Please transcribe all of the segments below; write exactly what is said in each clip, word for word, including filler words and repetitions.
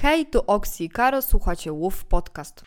Hej, tu Oksi i Karo, słuchacie Łów Podcast.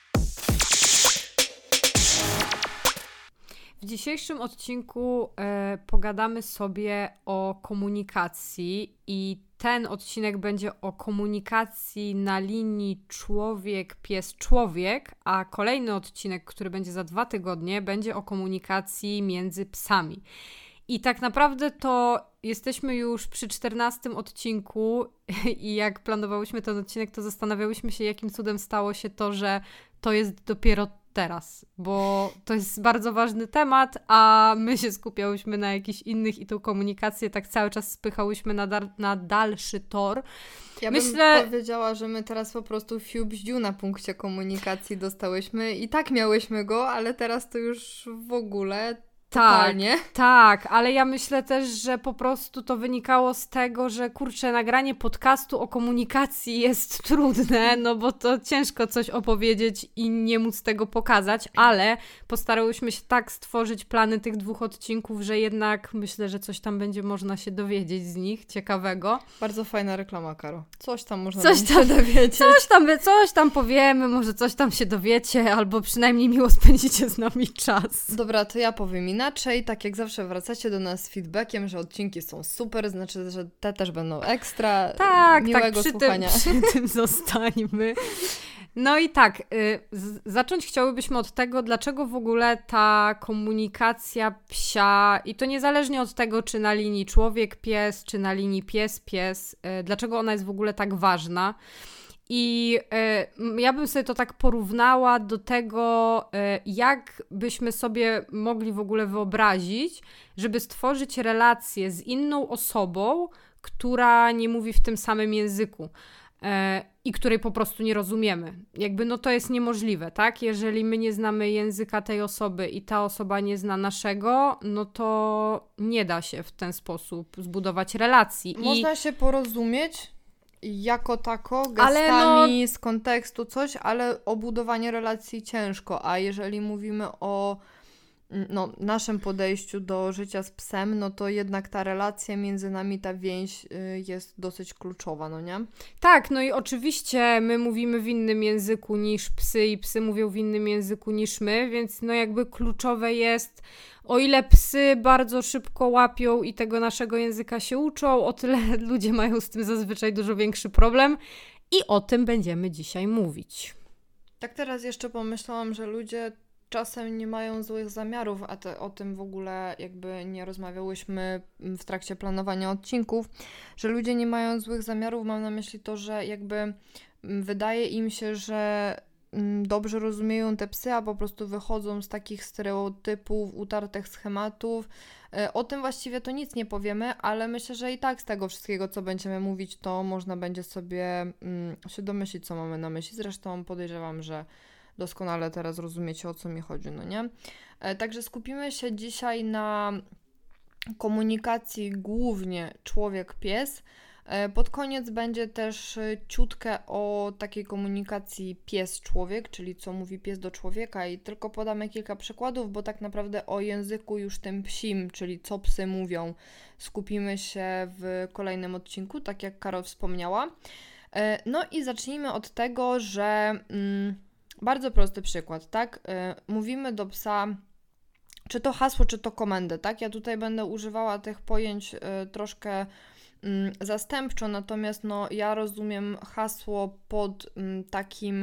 W dzisiejszym odcinku e, pogadamy sobie o komunikacji i ten odcinek będzie o komunikacji na linii człowiek-pies-człowiek, a kolejny odcinek, który będzie za dwa tygodnie, będzie o komunikacji między psami. I tak naprawdę to jesteśmy już przy czternastym odcinku i jak planowałyśmy ten odcinek, to zastanawiałyśmy się, jakim cudem stało się to, że to jest dopiero teraz, bo to jest bardzo ważny temat, a my się skupiałyśmy na jakichś innych i tą komunikację tak cały czas spychałyśmy na, dar- na dalszy tor. Ja Myślę... bym powiedziała, że my teraz po prostu fiu bździu na punkcie komunikacji dostałyśmy i tak miałyśmy go, ale teraz to już w ogóle... Totalnie. Tak, tak, ale ja myślę też, że po prostu to wynikało z tego, że kurczę, nagranie podcastu o komunikacji jest trudne, no bo to ciężko coś opowiedzieć i nie móc tego pokazać, ale postarałyśmy się tak stworzyć plany tych dwóch odcinków, że jednak myślę, że coś tam będzie można się dowiedzieć z nich ciekawego. Bardzo fajna reklama, Karo. Coś tam można coś tam, się dowiedzieć. Coś tam, coś tam powiemy, może coś tam się dowiecie, albo przynajmniej miło spędzicie z nami czas. Dobra, to ja powiem inaczej. Tak jak zawsze wracacie do nas z feedbackiem, że odcinki są super, znaczy, że te też będą ekstra. Tak, miłego tak, przy słuchania. tym, przy tym zostańmy. No i tak, y, z, zacząć chciałybyśmy od tego, dlaczego w ogóle ta komunikacja psia, i to niezależnie od tego, czy na linii człowiek-pies, czy na linii pies-pies, y, dlaczego ona jest w ogóle tak ważna. I y, ja bym sobie to tak porównała do tego, y, jak byśmy sobie mogli w ogóle wyobrazić, żeby stworzyć relację z inną osobą, która nie mówi w tym samym języku y, i której po prostu nie rozumiemy. Jakby no to jest niemożliwe, tak? Jeżeli my nie znamy języka tej osoby i ta osoba nie zna naszego, no to nie da się w ten sposób zbudować relacji. Można I... się porozumieć jako tako, gestami, no... z kontekstu coś, ale o budowanie relacji ciężko, a jeżeli mówimy o no, naszym podejściu do życia z psem, no to jednak ta relacja między nami, ta więź y, jest dosyć kluczowa, no nie? Tak, no i oczywiście my mówimy w innym języku niż psy i psy mówią w innym języku niż my, więc no jakby kluczowe jest, o ile psy bardzo szybko łapią i tego naszego języka się uczą, o tyle ludzie mają z tym zazwyczaj dużo większy problem i o tym będziemy dzisiaj mówić. Tak teraz jeszcze pomyślałam, że ludzie czasem nie mają złych zamiarów, a te, o tym w ogóle jakby nie rozmawiałyśmy w trakcie planowania odcinków, że ludzie nie mają złych zamiarów, mam na myśli to, że jakby wydaje im się, że dobrze rozumieją te psy, a po prostu wychodzą z takich stereotypów, utartych schematów. O tym właściwie to nic nie powiemy, ale myślę, że i tak z tego wszystkiego, co będziemy mówić, to można będzie sobie mm, się domyślić, co mamy na myśli. Zresztą podejrzewam, że doskonale teraz rozumiecie, o co mi chodzi, no nie? E, także skupimy się dzisiaj na komunikacji głównie człowiek-pies. E, pod koniec będzie też ciutkę o takiej komunikacji pies-człowiek, czyli co mówi pies do człowieka i tylko podamy kilka przykładów, bo tak naprawdę o języku już tym psim, czyli co psy mówią, skupimy się w kolejnym odcinku, tak jak Karo wspomniała. E, no i zacznijmy od tego, że... Mm, Bardzo prosty przykład, tak? Yy, mówimy do psa, czy to hasło, czy to komendę, tak? Ja tutaj będę używała tych pojęć yy, troszkę yy, zastępczo, natomiast no, ja rozumiem hasło pod yy, takim,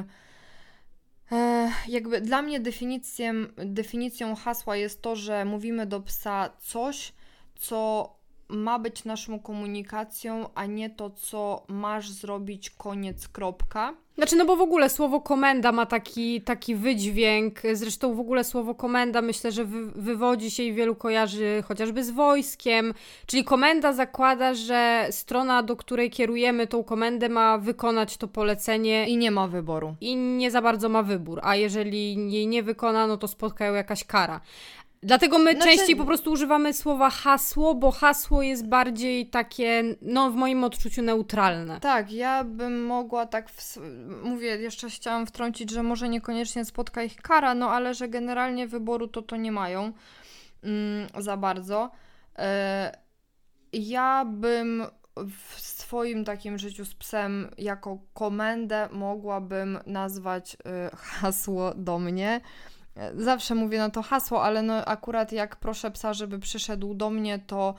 yy, jakby dla mnie definicją, definicją hasła jest to, że mówimy do psa coś, co ma być naszą komunikacją, a nie to, co masz zrobić, koniec, kropka. Znaczy, no bo w ogóle słowo komenda ma taki, taki wydźwięk, zresztą w ogóle słowo komenda myślę, że wy, wywodzi się i wielu kojarzy chociażby z wojskiem, czyli komenda zakłada, że strona, do której kierujemy tą komendę, ma wykonać to polecenie. I nie ma wyboru. I nie za bardzo ma wybór, a jeżeli jej nie wykona, no to spotka ją jakaś kara. Dlatego my znaczy... częściej po prostu używamy słowa hasło, bo hasło jest bardziej takie, no w moim odczuciu neutralne. Tak, ja bym mogła tak, w... mówię, jeszcze chciałam wtrącić, że może niekoniecznie spotka ich kara, no ale że generalnie wyboru to to nie mają mm, za bardzo. Yy, ja bym w swoim takim życiu z psem jako komendę mogłabym nazwać y, hasło do mnie. Zawsze mówię na to hasło, ale no akurat jak proszę psa, żeby przyszedł do mnie, to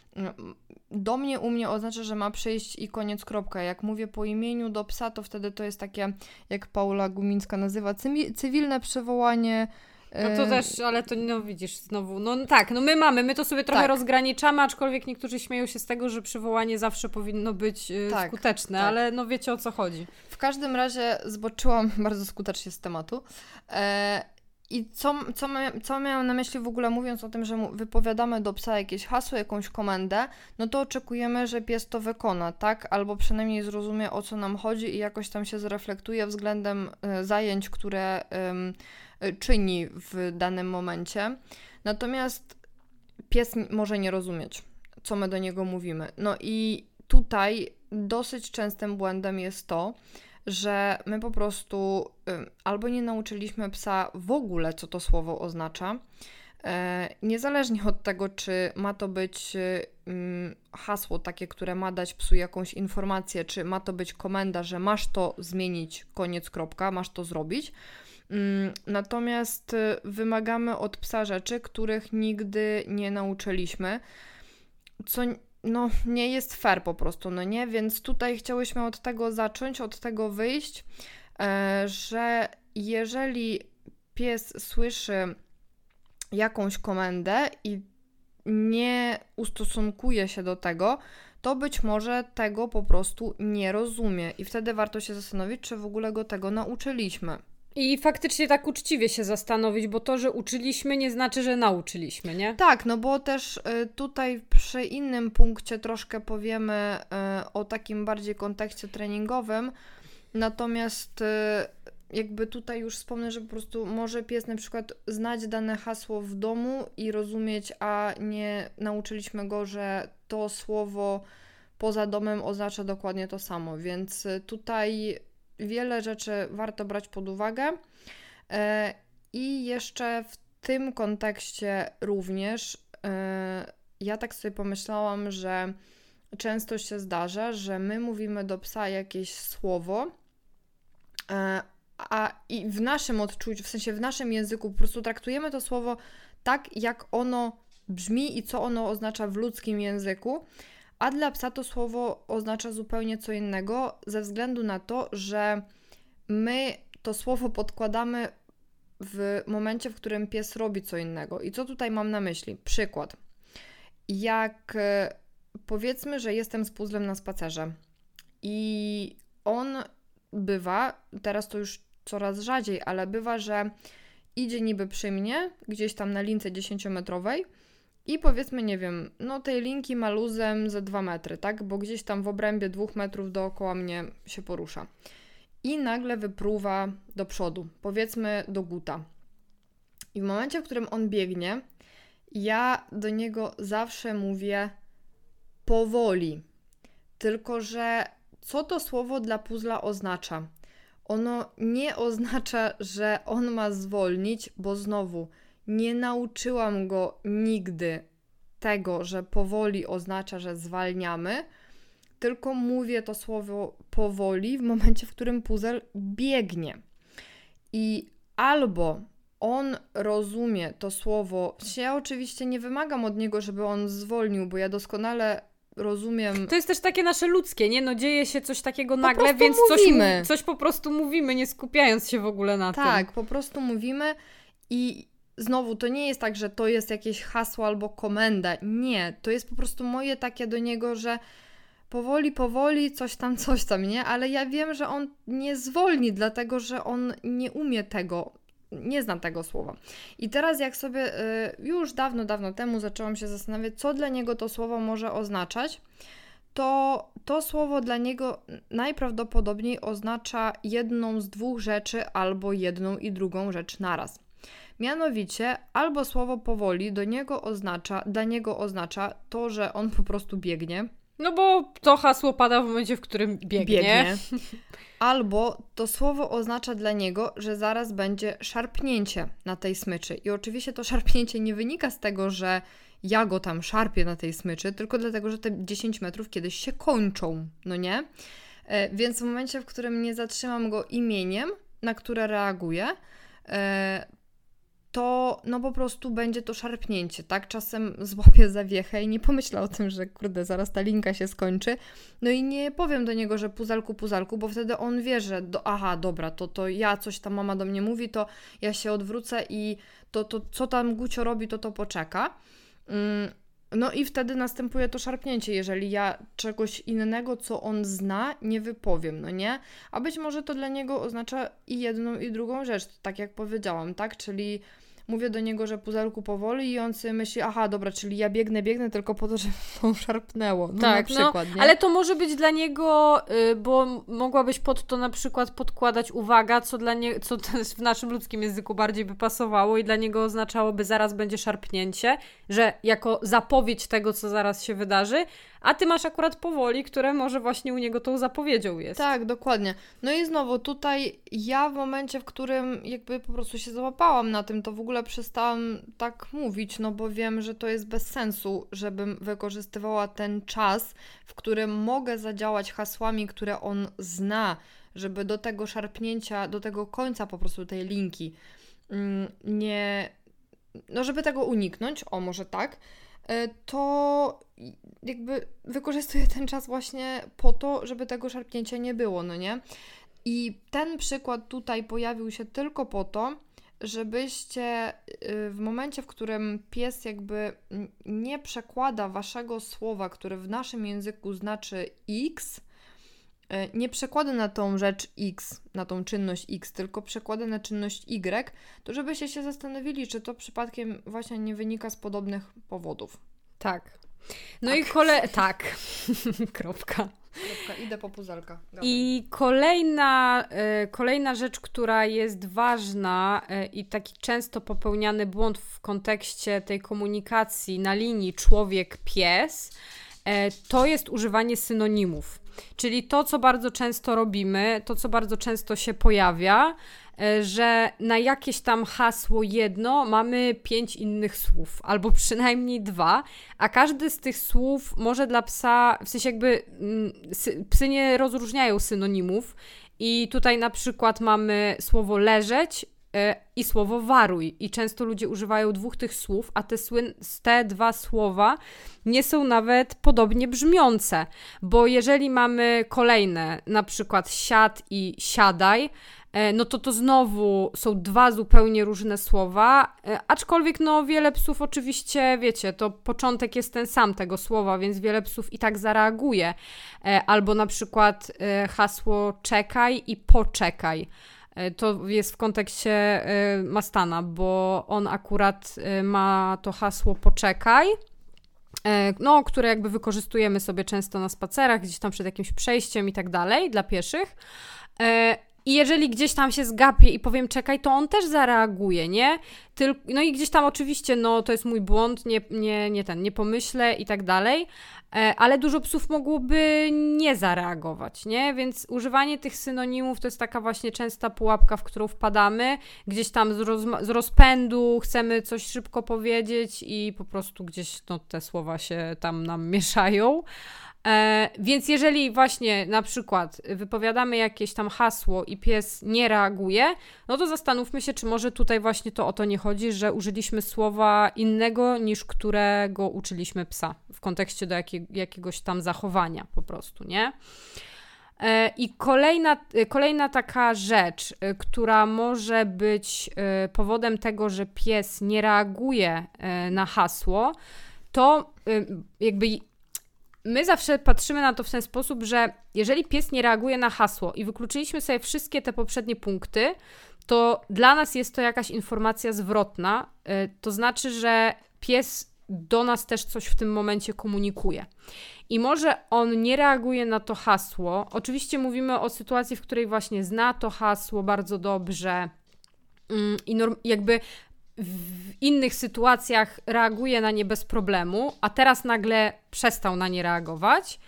do mnie u mnie oznacza, że ma przyjść i koniec, kropka. Jak mówię po imieniu do psa, to wtedy to jest takie, jak Paula Gumińska nazywa, cywilne przywołanie. No to też, ale to no widzisz znowu, no tak, no my mamy, my to sobie trochę tak. rozgraniczamy, aczkolwiek niektórzy śmieją się z tego, że przywołanie zawsze powinno być yy, tak, skuteczne, tak. ale no wiecie o co chodzi. W każdym razie zboczyłam bardzo skutecznie z tematu. E, I co, co, mia- co miałam na myśli w ogóle mówiąc o tym, że mu wypowiadamy do psa jakieś hasło, jakąś komendę, no to oczekujemy, że pies to wykona, tak? Albo przynajmniej zrozumie, o co nam chodzi i jakoś tam się zreflektuje względem y, zajęć, które y, y, czyni w danym momencie. Natomiast pies może nie rozumieć, co my do niego mówimy. No i tutaj dosyć częstym błędem jest to, że my po prostu y, albo nie nauczyliśmy psa w ogóle, co to słowo oznacza, y, niezależnie od tego, czy ma to być y, hasło takie, które ma dać psu jakąś informację, czy ma to być komenda, że masz to zmienić, koniec, kropka, masz to zrobić. Y, natomiast y, wymagamy od psa rzeczy, których nigdy nie nauczyliśmy, co no nie jest fair po prostu, no nie? Więc tutaj chciałyśmy od tego zacząć, od tego wyjść, e, że jeżeli pies słyszy jakąś komendę i nie ustosunkuje się do tego, to być może tego po prostu nie rozumie i wtedy warto się zastanowić, czy w ogóle go tego nauczyliśmy. I faktycznie tak uczciwie się zastanowić, bo to, że uczyliśmy, nie znaczy, że nauczyliśmy, nie? Tak, no bo też y, tutaj przy innym punkcie troszkę powiemy y, o takim bardziej kontekście treningowym, natomiast y, jakby tutaj już wspomnę, że po prostu może pies na przykład znać dane hasło w domu i rozumieć, a nie nauczyliśmy go, że to słowo poza domem oznacza dokładnie to samo, więc y, tutaj wiele rzeczy warto brać pod uwagę i jeszcze w tym kontekście również ja tak sobie pomyślałam, że często się zdarza, że my mówimy do psa jakieś słowo, a i w naszym odczuciu, w sensie w naszym języku po prostu traktujemy to słowo tak, jak ono brzmi i co ono oznacza w ludzkim języku, a dla psa to słowo oznacza zupełnie co innego, ze względu na to, że my to słowo podkładamy w momencie, w którym pies robi co innego. I co tutaj mam na myśli? Przykład. Jak powiedzmy, że jestem z puzzlem na spacerze i on bywa, teraz to już coraz rzadziej, ale bywa, że idzie niby przy mnie, gdzieś tam na lince dziesięciometrowej, i powiedzmy, nie wiem, no tej linki ma luzem ze dwa metry, tak? Bo gdzieś tam w obrębie dwóch metrów dookoła mnie się porusza. I nagle wypruwa do przodu, powiedzmy do guta. I w momencie, w którym on biegnie, ja do niego zawsze mówię powoli. Tylko że co to słowo dla puzzla oznacza? Ono nie oznacza, że on ma zwolnić, bo znowu nie nauczyłam go nigdy tego, że powoli oznacza, że zwalniamy, tylko mówię to słowo powoli w momencie, w którym puzzle biegnie. I albo on rozumie to słowo, ja oczywiście nie wymagam od niego, żeby on zwolnił, bo ja doskonale rozumiem. To jest też takie nasze ludzkie, nie? No dzieje się coś takiego po nagle, więc coś, coś po prostu mówimy, nie skupiając się w ogóle na tak, tym. Tak, po prostu mówimy i znowu, to nie jest tak, że to jest jakieś hasło albo komenda. Nie, to jest po prostu moje takie do niego, że powoli, powoli, coś tam, coś tam, nie? Ale ja wiem, że on nie zwolni, dlatego, że on nie umie tego, nie znam tego słowa. I teraz jak sobie y, już dawno, dawno temu zaczęłam się zastanawiać, co dla niego to słowo może oznaczać, to to słowo dla niego najprawdopodobniej oznacza jedną z dwóch rzeczy albo jedną i drugą rzecz naraz. Mianowicie, albo słowo powoli do niego oznacza, dla niego oznacza to, że on po prostu biegnie. No bo to hasło pada w momencie, w którym biegnie. biegnie. Albo to słowo oznacza dla niego, że zaraz będzie szarpnięcie na tej smyczy. I oczywiście to szarpnięcie nie wynika z tego, że ja go tam szarpię na tej smyczy, tylko dlatego, że te dziesięć metrów kiedyś się kończą, no nie? E, więc w momencie, w którym nie zatrzymam go imieniem, na które reaguje, e, to no po prostu będzie to szarpnięcie, tak? Czasem złapię zawiechę i nie pomyślę o tym, że kurde, zaraz ta linka się skończy. No i nie powiem do niego, że puzalku, puzalku, bo wtedy on wie, że do, aha, dobra, to, to ja, coś tam mama do mnie mówi, to ja się odwrócę i to, to co tam Gucio robi, to to poczeka. Mm, no i wtedy następuje to szarpnięcie, jeżeli ja czegoś innego, co on zna, nie wypowiem, no nie? A być może to dla niego oznacza i jedną, i drugą rzecz, tak jak powiedziałam, tak? Czyli mówię do niego, że puzelku powoli i on sobie myśli, aha, dobra, czyli ja biegnę, biegnę tylko po to, żeby to szarpnęło. No, tak, na przykład, no, nie? ale to może być dla niego, y, bo mogłabyś pod to na przykład podkładać uwaga, co dla nie, co też w naszym ludzkim języku bardziej by pasowało i dla niego oznaczałoby zaraz będzie szarpnięcie, że jako zapowiedź tego, co zaraz się wydarzy, a ty masz akurat powoli, które może właśnie u niego tą zapowiedzią jest. Tak, dokładnie. No i znowu tutaj ja w momencie, w którym jakby po prostu się załapałam na tym, to w ogóle przestałam tak mówić, no bo wiem, że to jest bez sensu, żebym wykorzystywała ten czas, w którym mogę zadziałać hasłami, które on zna, żeby do tego szarpnięcia, do tego końca po prostu tej linki nie... No żeby tego uniknąć, o może tak, to jakby wykorzystuję ten czas właśnie po to, żeby tego szarpnięcia nie było, no nie? I ten przykład tutaj pojawił się tylko po to, żebyście w momencie, w którym pies jakby nie przekłada waszego słowa, które w naszym języku znaczy X, nie przekłada na tą rzecz X, na tą czynność X, tylko przekłada na czynność Y, to żebyście się zastanowili, czy to przypadkiem właśnie nie wynika z podobnych powodów. Tak. No tak. i kole... Tak. Kropka. Kropka. Idę po puzelka. I kolejna, y, kolejna rzecz, która jest ważna y, i taki często popełniany błąd w kontekście tej komunikacji na linii człowiek-pies, y, to jest używanie synonimów. Czyli to, co bardzo często robimy, to, co bardzo często się pojawia, że na jakieś tam hasło jedno mamy pięć innych słów, albo przynajmniej dwa, a każdy z tych słów może dla psa, w sensie jakby psy nie rozróżniają synonimów i tutaj na przykład mamy słowo leżeć i słowo waruj i często ludzie używają dwóch tych słów, a te, słyn- te dwa słowa nie są nawet podobnie brzmiące, bo jeżeli mamy kolejne, na przykład siad i siadaj, no to to znowu są dwa zupełnie różne słowa, aczkolwiek no wiele psów oczywiście, wiecie, to początek jest ten sam tego słowa, więc wiele psów i tak zareaguje, albo na przykład hasło czekaj i poczekaj. To jest w kontekście Mastana, bo on akurat ma to hasło poczekaj, no, które jakby wykorzystujemy sobie często na spacerach, gdzieś tam przed jakimś przejściem i tak dalej, dla pieszych. I jeżeli gdzieś tam się zgapię i powiem czekaj, to on też zareaguje, nie? Tyl- no i gdzieś tam oczywiście, no to jest mój błąd, nie, nie, nie ten, nie pomyślę i tak dalej, ale dużo psów mogłoby nie zareagować, nie? Więc używanie tych synonimów to jest taka właśnie częsta pułapka, w którą wpadamy, gdzieś tam z, roz- z rozpędu chcemy coś szybko powiedzieć i po prostu gdzieś no, te słowa się tam nam mieszają. E, więc jeżeli właśnie na przykład wypowiadamy jakieś tam hasło i pies nie reaguje, no to zastanówmy się, czy może tutaj właśnie to o to nie chodzi, że użyliśmy słowa innego niż którego uczyliśmy psa w kontekście do jakie, jakiegoś tam zachowania po prostu, nie? E, I kolejna, kolejna taka rzecz, która może być powodem tego, że pies nie reaguje na hasło, to jakby my zawsze patrzymy na to w ten sposób, że jeżeli pies nie reaguje na hasło i wykluczyliśmy sobie wszystkie te poprzednie punkty, to dla nas jest to jakaś informacja zwrotna, to znaczy, że pies do nas też coś w tym momencie komunikuje. I może on nie reaguje na to hasło. Oczywiście mówimy o sytuacji, w której właśnie zna to hasło bardzo dobrze i norm- jakby w innych sytuacjach reaguje na nie bez problemu, a teraz nagle przestał na nie reagować.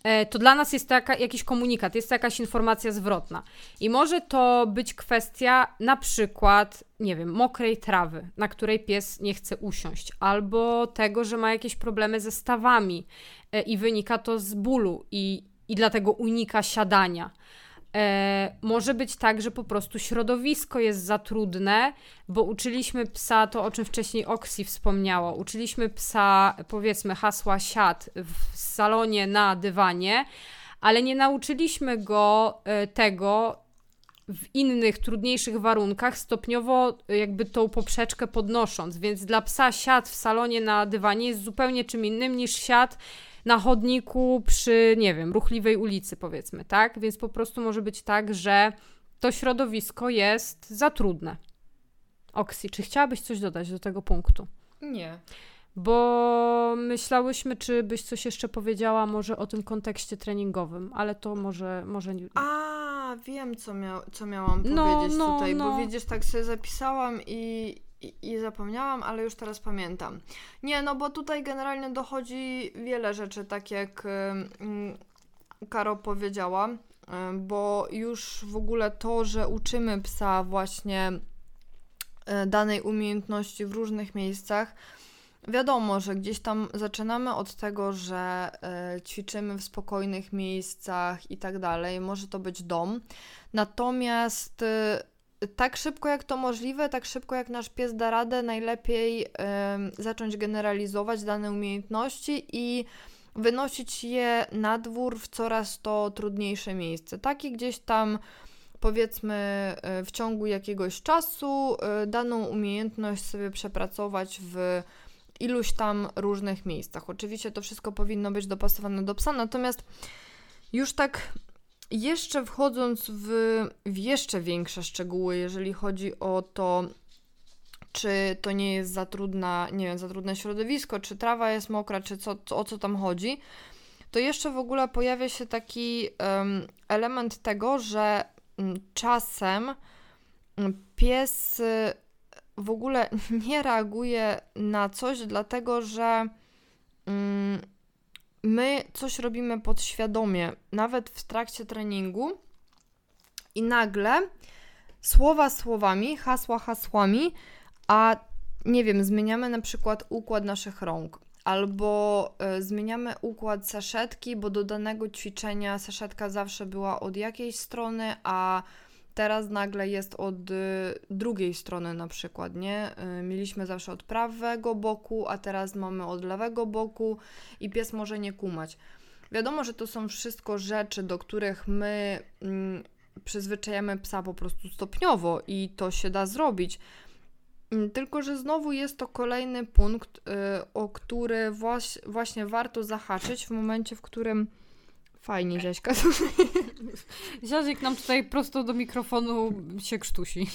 to dla nas jest to jaka, jakiś komunikat, jest to jakaś informacja zwrotna. I może to być kwestia na przykład, nie wiem, mokrej trawy, na której pies nie chce usiąść, albo tego, że ma jakieś problemy ze stawami i wynika to z bólu i, i dlatego unika siadania. E, może być tak, że po prostu środowisko jest za trudne, bo uczyliśmy psa, to o czym wcześniej Oksi wspomniało, uczyliśmy psa, powiedzmy, hasła siad w salonie na dywanie, ale nie nauczyliśmy go e, tego w innych, trudniejszych warunkach, stopniowo jakby tą poprzeczkę podnosząc, więc dla psa siad w salonie na dywanie jest zupełnie czym innym niż siad na chodniku przy, nie wiem, ruchliwej ulicy, powiedzmy, tak? Więc po prostu może być tak, że to środowisko jest za trudne. Oksi, czy chciałabyś coś dodać do tego punktu? Nie. Bo myślałyśmy, czy byś coś jeszcze powiedziała może o tym kontekście treningowym, ale to może, może nie. A, wiem, co, mia- co miałam no, powiedzieć no, tutaj, no. bo widzisz, tak sobie zapisałam i, i, i zapomniałam, ale już teraz pamiętam. Nie, no bo tutaj generalnie dochodzi wiele rzeczy, tak jak mm, Karo powiedziała, y, bo już w ogóle to, że uczymy psa właśnie y, danej umiejętności w różnych miejscach, wiadomo, że gdzieś tam zaczynamy od tego, że y, ćwiczymy w spokojnych miejscach i tak dalej, może to być dom, natomiast y, tak szybko jak to możliwe, tak szybko jak nasz pies da radę, najlepiej y, zacząć generalizować dane umiejętności i wynosić je na dwór w coraz to trudniejsze miejsce, takie gdzieś tam powiedzmy y, w ciągu jakiegoś czasu y, daną umiejętność sobie przepracować w iluś tam różnych miejscach. Oczywiście to wszystko powinno być dopasowane do psa, natomiast już tak jeszcze wchodząc w, w jeszcze większe szczegóły, jeżeli chodzi o to, czy to nie jest za trudna, nie wiem, za trudne środowisko, czy trawa jest mokra, czy co, co, o co tam chodzi, to jeszcze w ogóle pojawia się taki um, element tego, że um, czasem um, pies w ogóle nie reaguje na coś, dlatego że mm, my coś robimy podświadomie, nawet w trakcie treningu i nagle słowa słowami, hasła hasłami, a nie wiem, zmieniamy na przykład układ naszych rąk albo y, zmieniamy układ saszetki, bo do danego ćwiczenia saszetka zawsze była od jakiejś strony, a teraz nagle jest od y, drugiej strony na przykład, nie? Y, mieliśmy zawsze od prawego boku, a teraz mamy od lewego boku i pies może nie kumać. Wiadomo, że to są wszystko rzeczy, do których my mm, przyzwyczajamy psa po prostu stopniowo i to się da zrobić. Y, tylko, że znowu jest to kolejny punkt, y, o który właś, właśnie warto zahaczyć w momencie, w którym fajnie, Ziaśka. Ziazik nam tutaj prosto do mikrofonu się krztusi.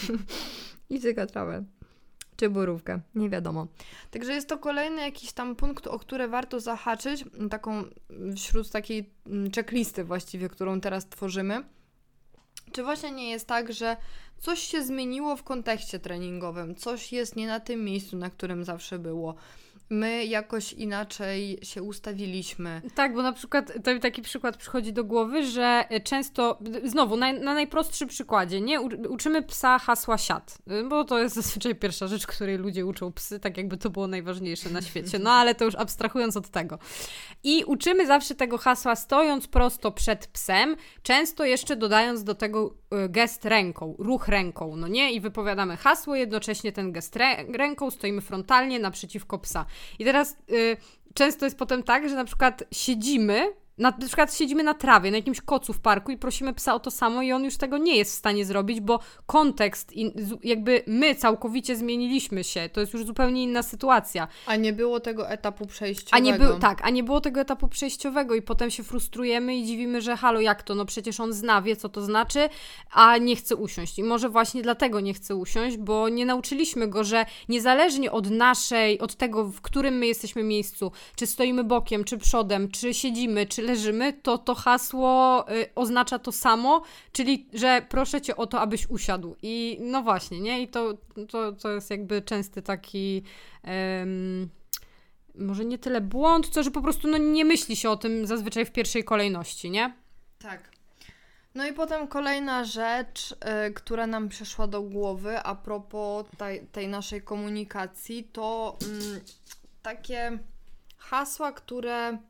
I cyka trawę. Czy borówkę, nie wiadomo. Także jest to kolejny jakiś tam punkt, o który warto zahaczyć, taką wśród takiej checklisty właściwie, którą teraz tworzymy. Czy właśnie nie jest tak, że coś się zmieniło w kontekście treningowym, coś jest nie na tym miejscu, na którym zawsze było. My jakoś inaczej się ustawiliśmy. Tak, bo na przykład, to mi taki przykład przychodzi do głowy, że często, znowu na, na najprostszym przykładzie, nie, U, uczymy psa hasła siad, bo to jest zazwyczaj pierwsza rzecz, której ludzie uczą psy, tak jakby to było najważniejsze na świecie, no ale to już abstrahując od tego. I uczymy zawsze tego hasła stojąc prosto przed psem, często jeszcze dodając do tego gest ręką, ruch ręką, no nie, i wypowiadamy hasło, jednocześnie ten gest rę- ręką, stoimy frontalnie naprzeciwko psa. I teraz y, często jest potem tak, że na przykład siedzimy, na, na przykład siedzimy na trawie, na jakimś kocu w parku i prosimy psa o to samo i on już tego nie jest w stanie zrobić, bo kontekst, in, jakby my całkowicie zmieniliśmy się, to jest już zupełnie inna sytuacja. A nie było tego etapu przejściowego. A nie był, tak, a nie było tego etapu przejściowego i potem się frustrujemy i dziwimy, że halo, jak to, no przecież on zna, wie co to znaczy, a nie chce usiąść. I może właśnie dlatego nie chce usiąść, bo nie nauczyliśmy go, że niezależnie od naszej, od tego, w którym my jesteśmy miejscu, czy stoimy bokiem, czy przodem, czy siedzimy, czy leżymy, to to hasło y, oznacza to samo, czyli, że proszę cię o to, abyś usiadł. I no właśnie, nie? I to, to, to jest jakby częsty taki um, może nie tyle błąd, co że po prostu no, nie myśli się o tym zazwyczaj w pierwszej kolejności, nie? Tak. No i potem kolejna rzecz, y, która nam przyszła do głowy a propos tej, tej naszej komunikacji, to y, takie hasła, które y,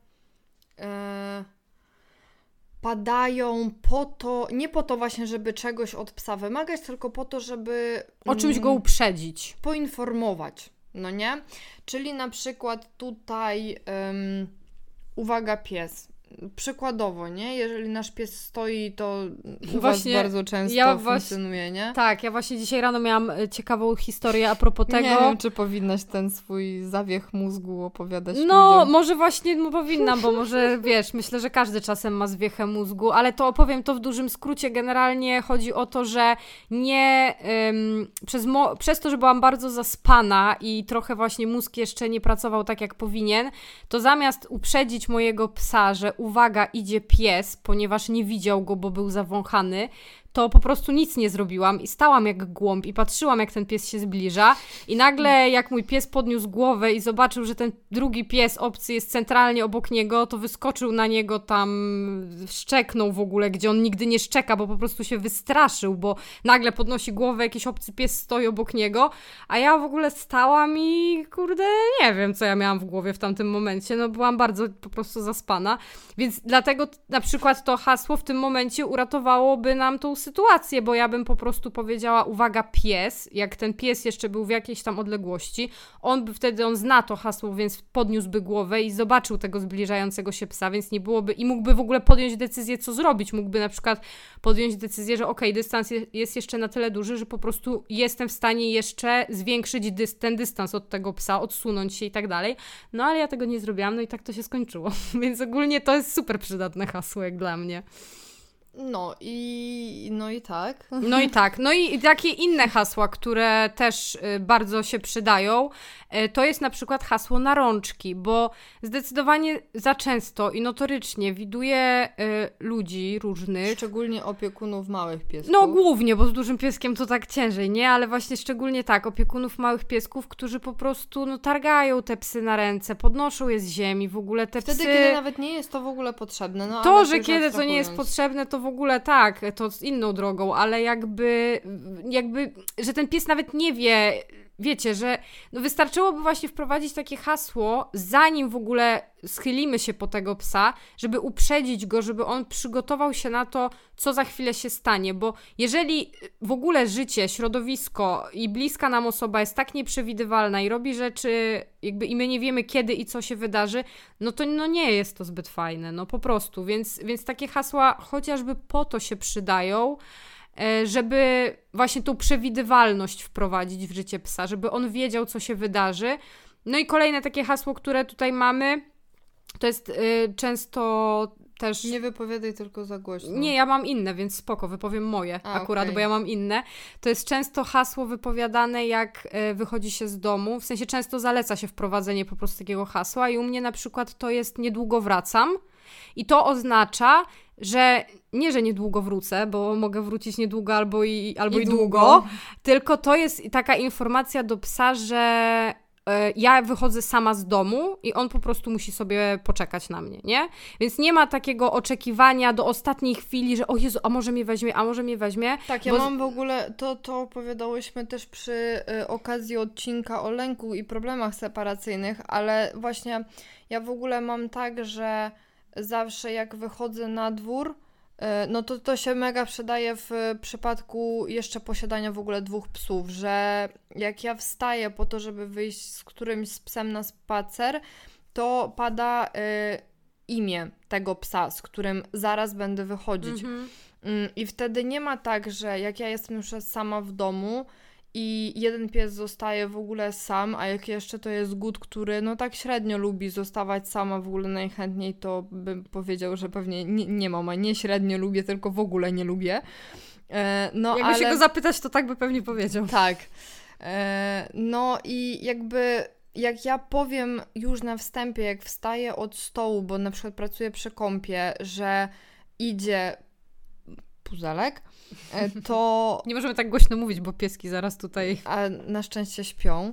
padają po to, nie po to właśnie, żeby czegoś od psa wymagać, tylko po to, żeby... O czymś go uprzedzić. Poinformować, no nie? Czyli na przykład tutaj um, uwaga pies. Przykładowo, nie? Jeżeli nasz pies stoi, to u właśnie, was bardzo często ja funkcjonuje, właśnie, nie? Tak, ja właśnie dzisiaj rano miałam ciekawą historię a propos tego. Nie wiem, czy powinnaś ten swój zawiech mózgu opowiadać No, ludziom. może właśnie no, powinnam, bo może, wiesz, myślę, że każdy czasem ma zwiechę mózgu, ale to opowiem to w dużym skrócie. Generalnie chodzi o to, że nie... Ym, przez, mo- przez to, że byłam bardzo zaspana i trochę właśnie mózg jeszcze nie pracował tak, jak powinien, to zamiast uprzedzić mojego psa, że uwaga, idzie pies, ponieważ nie widział go, bo był zawąchany, to po prostu nic nie zrobiłam i stałam jak głąb i patrzyłam, jak ten pies się zbliża i nagle jak mój pies podniósł głowę i zobaczył, że ten drugi pies obcy jest centralnie obok niego, to wyskoczył na niego tam, szczeknął w ogóle, gdzie on nigdy nie szczeka, bo po prostu się wystraszył, bo nagle podnosi głowę, jakiś obcy pies stoi obok niego, a ja w ogóle stałam i kurde, nie wiem, co ja miałam w głowie w tamtym momencie, no byłam bardzo po prostu zaspana, więc dlatego na przykład to hasło w tym momencie uratowałoby nam tą sytuację, bo ja bym po prostu powiedziała uwaga pies, jak ten pies jeszcze był w jakiejś tam odległości, on by wtedy, on zna to hasło, więc podniósłby głowę i zobaczył tego zbliżającego się psa, więc nie byłoby, i mógłby w ogóle podjąć decyzję, co zrobić, mógłby na przykład podjąć decyzję, że okej, dystans je, jest jeszcze na tyle duży, że po prostu jestem w stanie jeszcze zwiększyć dys, ten dystans od tego psa, odsunąć się i tak dalej, no ale ja tego nie zrobiłam, no i tak to się skończyło, więc ogólnie to jest super przydatne hasło jak dla mnie. No i, no i tak. No i tak. No i takie inne hasła, które też y, bardzo się przydają, y, to jest na przykład hasło na rączki, bo zdecydowanie za często i notorycznie widuję y, ludzi różnych. Szczególnie opiekunów małych piesków. No głównie, bo z dużym pieskiem to tak ciężej, nie? Ale właśnie szczególnie tak, opiekunów małych piesków, którzy po prostu no, targają te psy na ręce, podnoszą je z ziemi, w ogóle te Wtedy, psy... kiedy nawet nie jest to w ogóle potrzebne. No, to, że kiedy to nie jest potrzebne, to w ogóle tak, to z inną drogą, ale jakby, jakby, że ten pies nawet nie wie, wiecie, że no wystarczyłoby właśnie wprowadzić takie hasło, zanim w ogóle schylimy się po tego psa, żeby uprzedzić go, żeby on przygotował się na to, co za chwilę się stanie, bo jeżeli w ogóle życie, środowisko i bliska nam osoba jest tak nieprzewidywalna i robi rzeczy jakby i my nie wiemy kiedy i co się wydarzy, no to no nie jest to zbyt fajne, no po prostu, więc, więc takie hasła chociażby po to się przydają, żeby właśnie tą przewidywalność wprowadzić w życie psa, żeby on wiedział, co się wydarzy. No i kolejne takie hasło, które tutaj mamy, to jest y, często też... Nie wypowiadaj tylko za głośno. Nie, ja mam inne, więc spoko, wypowiem moje A, akurat, okay. Bo ja mam inne. To jest często hasło wypowiadane, jak y, wychodzi się z domu, w sensie często zaleca się wprowadzenie po prostu takiego hasła i u mnie na przykład to jest niedługo wracam i to oznacza, że nie, że niedługo wrócę, bo mogę wrócić niedługo albo i, albo i, i długo, długo, tylko to jest taka informacja do psa, że y, ja wychodzę sama z domu i on po prostu musi sobie poczekać na mnie, nie? Więc nie ma takiego oczekiwania do ostatniej chwili, że o Jezu, a może mnie weźmie, a może mnie weźmie. Tak, ja bo... mam w ogóle, to, to opowiadałyśmy też przy y, okazji odcinka o lęku i problemach separacyjnych, ale właśnie ja w ogóle mam tak, że zawsze jak wychodzę na dwór, no to to się mega przydaje w przypadku jeszcze posiadania w ogóle dwóch psów, że jak ja wstaję po to, żeby wyjść z którymś z psem na spacer, to pada y, imię tego psa, z którym zaraz będę wychodzić. Mhm. Y, I wtedy nie ma tak, że jak ja jestem już sama w domu i jeden pies zostaje w ogóle sam, a jak jeszcze to jest Gut, który no tak średnio lubi zostawać sama, w ogóle najchętniej to bym powiedział, że pewnie nie, nie mama, nie średnio lubię, tylko w ogóle nie lubię. E, no, Jakby ale... się go zapytać, to tak by pewnie powiedział. Tak. E, no i jakby jak ja powiem już na wstępie, jak wstaję od stołu, bo na przykład pracuję przy kąpie, że idzie puzelek, to... Nie możemy tak głośno mówić, bo pieski zaraz tutaj... A na szczęście śpią.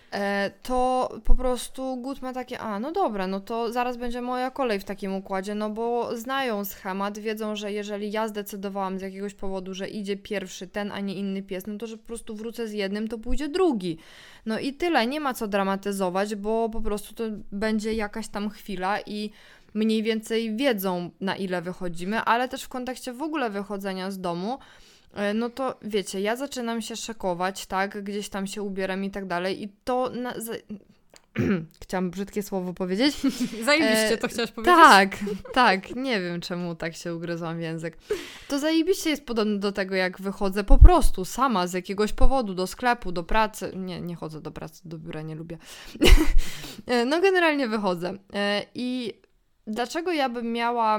To po prostu Gut ma takie, a no dobra, no to zaraz będzie moja kolej w takim układzie, no bo znają schemat, wiedzą, że jeżeli ja zdecydowałam z jakiegoś powodu, że idzie pierwszy ten, a nie inny pies, no to że po prostu wrócę z jednym, to pójdzie drugi. No i tyle, nie ma co dramatyzować, bo po prostu to będzie jakaś tam chwila i mniej więcej wiedzą, na ile wychodzimy, ale też w kontekście w ogóle wychodzenia z domu, no to wiecie, ja zaczynam się szykować, tak, gdzieś tam się ubieram i tak dalej i to... Na, za... Chciałam brzydkie słowo powiedzieć. Zajebiście, e, to chciałaś powiedzieć? Tak, tak, nie wiem czemu tak się ugryzłam w język. To zajebiście jest podobne do tego, jak wychodzę po prostu sama z jakiegoś powodu do sklepu, do pracy. Nie, nie chodzę do pracy, do biura nie lubię. No generalnie wychodzę. I dlaczego ja bym miała...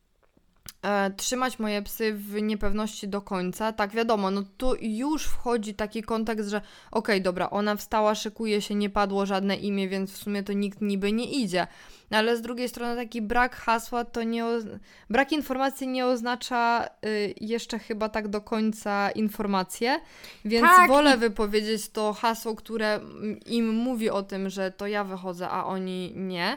E, trzymać moje psy w niepewności do końca, tak wiadomo, no tu już wchodzi taki kontekst, że okej, okay, dobra, ona wstała, szykuje się, nie padło żadne imię, więc w sumie to nikt niby nie idzie, no, ale z drugiej strony taki brak hasła to nie, o... brak informacji nie oznacza y, jeszcze chyba tak do końca informacje, więc tak, wolę i... wypowiedzieć to hasło, które im mówi o tym, że to ja wychodzę, a oni nie.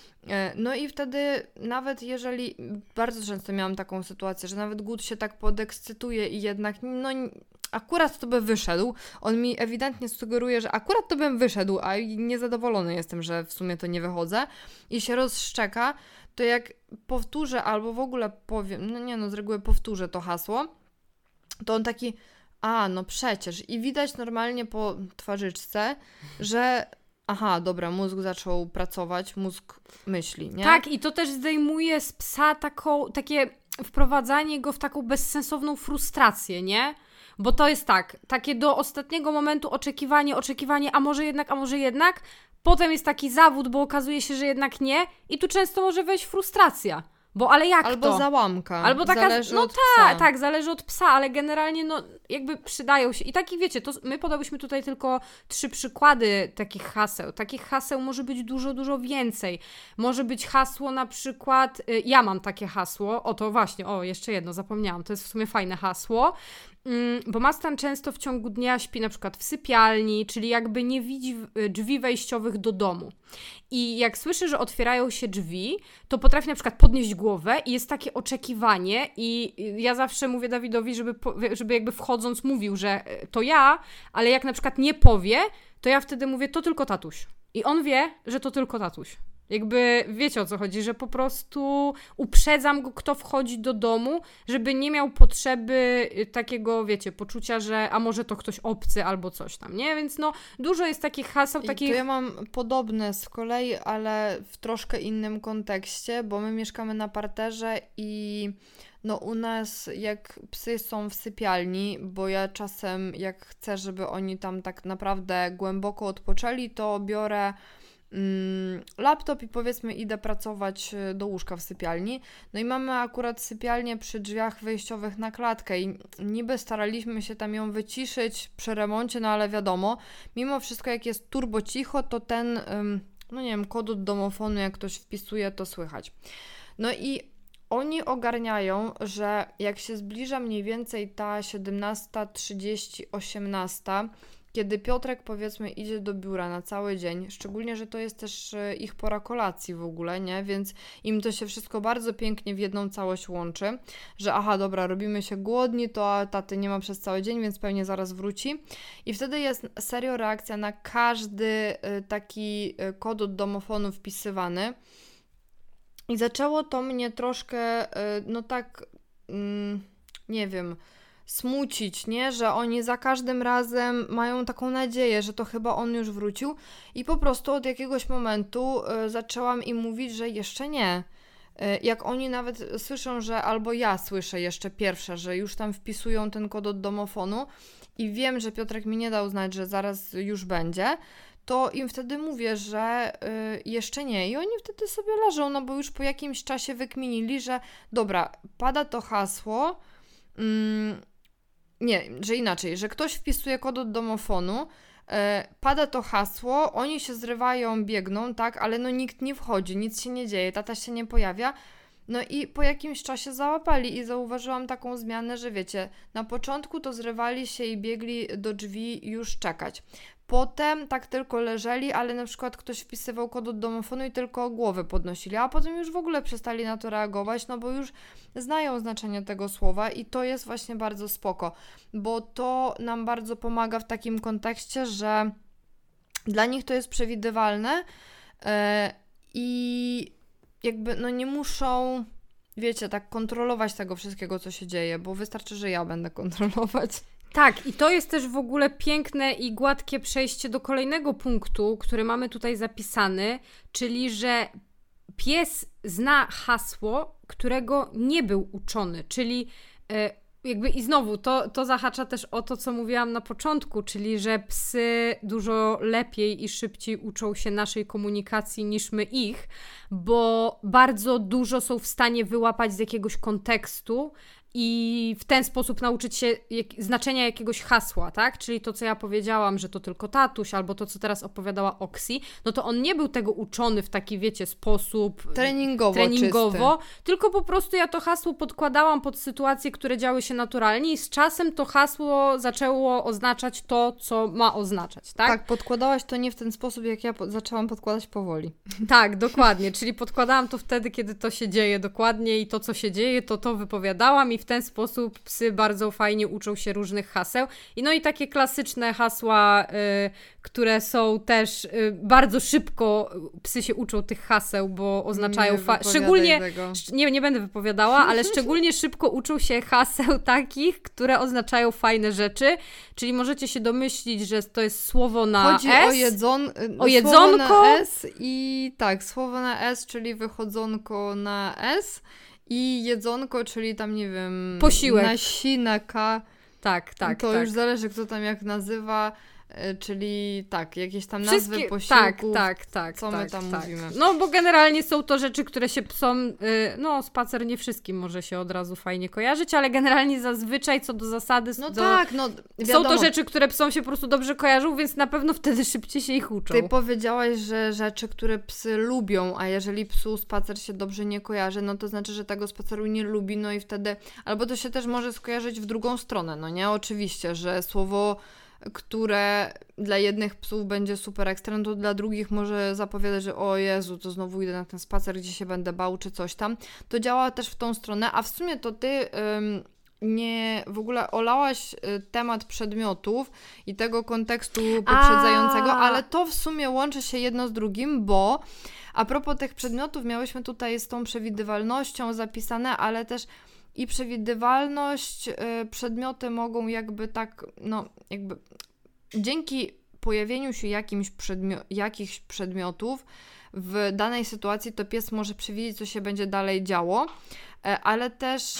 No i wtedy nawet jeżeli, bardzo często miałam taką sytuację, że nawet Gut się tak podekscytuje i jednak, no akurat to by wyszedł, on mi ewidentnie sugeruje, że akurat to bym wyszedł, a niezadowolony jestem, że w sumie to nie wychodzę i się rozszczeka, to jak powtórzę albo w ogóle powiem, no nie no, z reguły powtórzę to hasło, to on taki, a no przecież i widać normalnie po twarzyczce, że aha, dobra, mózg zaczął pracować, mózg myśli, nie? Tak, i to też zdejmuje z psa taką, takie wprowadzanie go w taką bezsensowną frustrację, nie? Bo to jest tak, takie do ostatniego momentu oczekiwanie, oczekiwanie, a może jednak, a może jednak, potem jest taki zawód, bo okazuje się, że jednak nie i tu często może wejść frustracja. Bo ale jak Albo to? załamka. Albo taka, zależy no od tak, psa. tak, zależy od psa, ale generalnie no jakby przydają się. I taki wiecie, to my podałyśmy tutaj tylko trzy przykłady takich haseł. Takich haseł może być dużo, dużo więcej. Może być hasło na przykład, y, ja mam takie hasło, o to właśnie, o jeszcze jedno, zapomniałam, to jest w sumie fajne hasło. Bo Mustang często w ciągu dnia śpi na przykład w sypialni, czyli jakby nie widzi drzwi wejściowych do domu. I jak słyszy, że otwierają się drzwi, to potrafi na przykład podnieść głowę i jest takie oczekiwanie i ja zawsze mówię Dawidowi, żeby, żeby jakby wchodząc mówił, że to ja, ale jak na przykład nie powie, to ja wtedy mówię, to tylko tatuś. I on wie, że to tylko tatuś. Jakby wiecie o co chodzi, że po prostu uprzedzam go, kto wchodzi do domu, żeby nie miał potrzeby takiego, wiecie, poczucia, że a może to ktoś obcy albo coś tam, nie? Więc no dużo jest takich haseł, I takich... to ja mam podobne z kolei, ale w troszkę innym kontekście, bo my mieszkamy na parterze i no u nas jak psy są w sypialni, bo ja czasem jak chcę, żeby oni tam tak naprawdę głęboko odpoczęli, to biorę laptop i powiedzmy idę pracować do łóżka w sypialni. No i mamy akurat sypialnię przy drzwiach wejściowych na klatkę i niby staraliśmy się tam ją wyciszyć przy remoncie, no ale wiadomo, mimo wszystko jak jest turbo cicho, to ten, no nie wiem, kod od domofonu jak ktoś wpisuje, to słychać. No i oni ogarniają, że jak się zbliża mniej więcej ta siedemnasta trzydzieści, osiemnasta, kiedy Piotrek powiedzmy idzie do biura na cały dzień, szczególnie, że to jest też ich pora kolacji w ogóle, nie? Więc im to się wszystko bardzo pięknie w jedną całość łączy, że aha, dobra, robimy się głodni, to taty nie ma przez cały dzień, więc pewnie zaraz wróci. I wtedy jest serio reakcja na każdy taki kod od domofonu wpisywany. I zaczęło to mnie troszkę, no tak, nie wiem, smucić, nie? Że oni za każdym razem mają taką nadzieję, że to chyba on już wrócił i po prostu od jakiegoś momentu y, zaczęłam im mówić, że jeszcze nie. Y, jak oni nawet słyszą, że albo ja słyszę jeszcze pierwsze, że już tam wpisują ten kod od domofonu i wiem, że Piotrek mi nie dał znać, że zaraz już będzie, to im wtedy mówię, że y, jeszcze nie. I oni wtedy sobie leżą, no bo już po jakimś czasie wykminili, że dobra, pada to hasło, mm, nie, że inaczej, że ktoś wpisuje kod od domofonu, e, pada to hasło, oni się zrywają, biegną, tak, ale no nikt nie wchodzi, nic się nie dzieje, tata się nie pojawia, No i po jakimś czasie załapali i zauważyłam taką zmianę, że wiecie, na początku to zrywali się i biegli do drzwi już czekać. Potem tak tylko leżeli, ale na przykład ktoś wpisywał kod od domofonu i tylko głowę podnosili, a potem już w ogóle przestali na to reagować, no bo już znają znaczenie tego słowa i to jest właśnie bardzo spoko, bo to nam bardzo pomaga w takim kontekście, że dla nich to jest przewidywalne yy, i jakby no nie muszą, wiecie, tak kontrolować tego wszystkiego, co się dzieje, bo wystarczy, że ja będę kontrolować. Tak, i to jest też w ogóle piękne i gładkie przejście do kolejnego punktu, który mamy tutaj zapisany, czyli że pies zna hasło, którego nie był uczony, czyli e, jakby i znowu to, to zahacza też o to, co mówiłam na początku, czyli że psy dużo lepiej i szybciej uczą się naszej komunikacji niż my ich, bo bardzo dużo są w stanie wyłapać z jakiegoś kontekstu i w ten sposób nauczyć się jak, znaczenia jakiegoś hasła, tak? Czyli to, co ja powiedziałam, że to tylko tatuś, albo to, co teraz opowiadała Oksi, no to on nie był tego uczony w taki, wiecie, sposób treningowo, treningowo czysty. Tylko po prostu ja to hasło podkładałam pod sytuacje, które działy się naturalnie i z czasem to hasło zaczęło oznaczać to, co ma oznaczać, tak? Tak, podkładałaś to nie w ten sposób, jak ja po- zaczęłam podkładać powoli. Tak, dokładnie, czyli podkładałam to wtedy, kiedy to się dzieje dokładnie i to, co się dzieje, to to wypowiadałam i w ten sposób psy bardzo fajnie uczą się różnych haseł. I no i takie klasyczne hasła, y, które są też y, bardzo szybko psy się uczą tych haseł, bo oznaczają... Nie Fa- szczególnie, tego. nie, nie będę wypowiadała, ale szczególnie szybko uczą się haseł takich, które oznaczają fajne rzeczy, czyli możecie się domyślić, że to jest słowo na Chodzi S. o, jedzon- o jedzonko. Słowo na S i tak, słowo na S, czyli wychodzonko na S. I jedzonko, czyli tam, nie wiem... Posiłek. Nasinaka. Tak, tak, To tak. już zależy, kto tam jak nazywa, czyli tak, jakieś tam Wszystkie, nazwy posiłków. tak, tak, tak. Co tak, my tam tak. mówimy. No, bo generalnie są to rzeczy, które się psom... Yy, no, spacer nie wszystkim może się od razu fajnie kojarzyć, ale generalnie zazwyczaj co do zasady... No do, tak, no wiadomo. Są to rzeczy, które psom się po prostu dobrze kojarzą, więc na pewno wtedy szybciej się ich uczą. Ty powiedziałaś, że rzeczy, które psy lubią, a jeżeli psu spacer się dobrze nie kojarzy, no to znaczy, że tego spaceru nie lubi, no i wtedy... Albo to się też może skojarzyć w drugą stronę, no nie? Oczywiście, że słowo, które dla jednych psów będzie super ekstra, no to dla drugich może zapowiadać, że o Jezu, to znowu idę na ten spacer, gdzie się będę bał, czy coś tam. To działa też w tą stronę, a w sumie to ty... Ym, nie, w ogóle olałaś y, temat przedmiotów i tego kontekstu poprzedzającego, A. ale to w sumie łączy się jedno z drugim, bo a propos tych przedmiotów, miałyśmy tutaj z tą przewidywalnością zapisane, ale też i przewidywalność, y, przedmioty mogą jakby tak, no jakby dzięki pojawieniu się jakimś przedmio- jakichś przedmiotów w danej sytuacji, to pies może przewidzieć, co się będzie dalej działo, ale też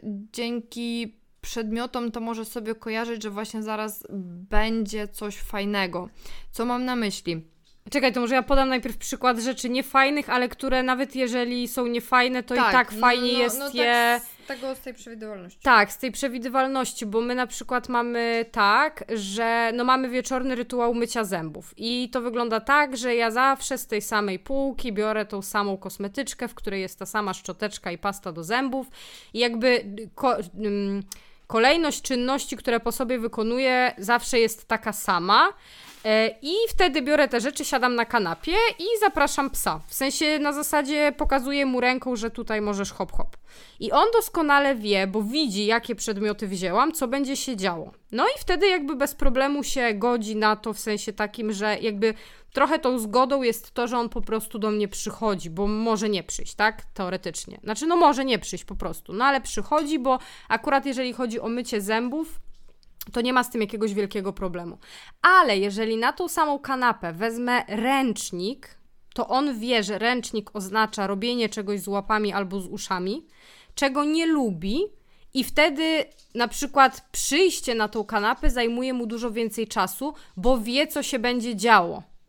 dzięki przedmiotom to może sobie kojarzyć, że właśnie zaraz będzie coś fajnego. Co mam na myśli? Czekaj, to może ja podam najpierw przykład rzeczy niefajnych, ale które nawet jeżeli są niefajne, to tak, i tak fajnie no, jest no, je... Tak z tego, z tej przewidywalności. Tak, z tej przewidywalności, bo my na przykład mamy tak, że no mamy wieczorny rytuał mycia zębów i to wygląda tak, że ja zawsze z tej samej półki biorę tą samą kosmetyczkę, w której jest ta sama szczoteczka i pasta do zębów i jakby... Ko- ym, kolejność czynności, które po sobie wykonuję, zawsze jest taka sama. I wtedy biorę te rzeczy, siadam na kanapie i zapraszam psa. W sensie na zasadzie pokazuję mu ręką, że tutaj możesz hop hop. I on doskonale wie, bo widzi, jakie przedmioty wzięłam, co będzie się działo. No i wtedy jakby bez problemu się godzi na to, w sensie takim, że jakby trochę tą zgodą jest to, że on po prostu do mnie przychodzi, bo może nie przyjść, tak? Teoretycznie. Znaczy, no może nie przyjść po prostu, no ale przychodzi, bo akurat jeżeli chodzi o mycie zębów, to nie ma z tym jakiegoś wielkiego problemu. Ale jeżeli na tą samą kanapę wezmę ręcznik, to on wie, że ręcznik oznacza robienie czegoś z łapami albo z uszami, czego nie lubi i wtedy na przykład przyjście na tą kanapę zajmuje mu dużo więcej czasu, bo wie, co się będzie działo.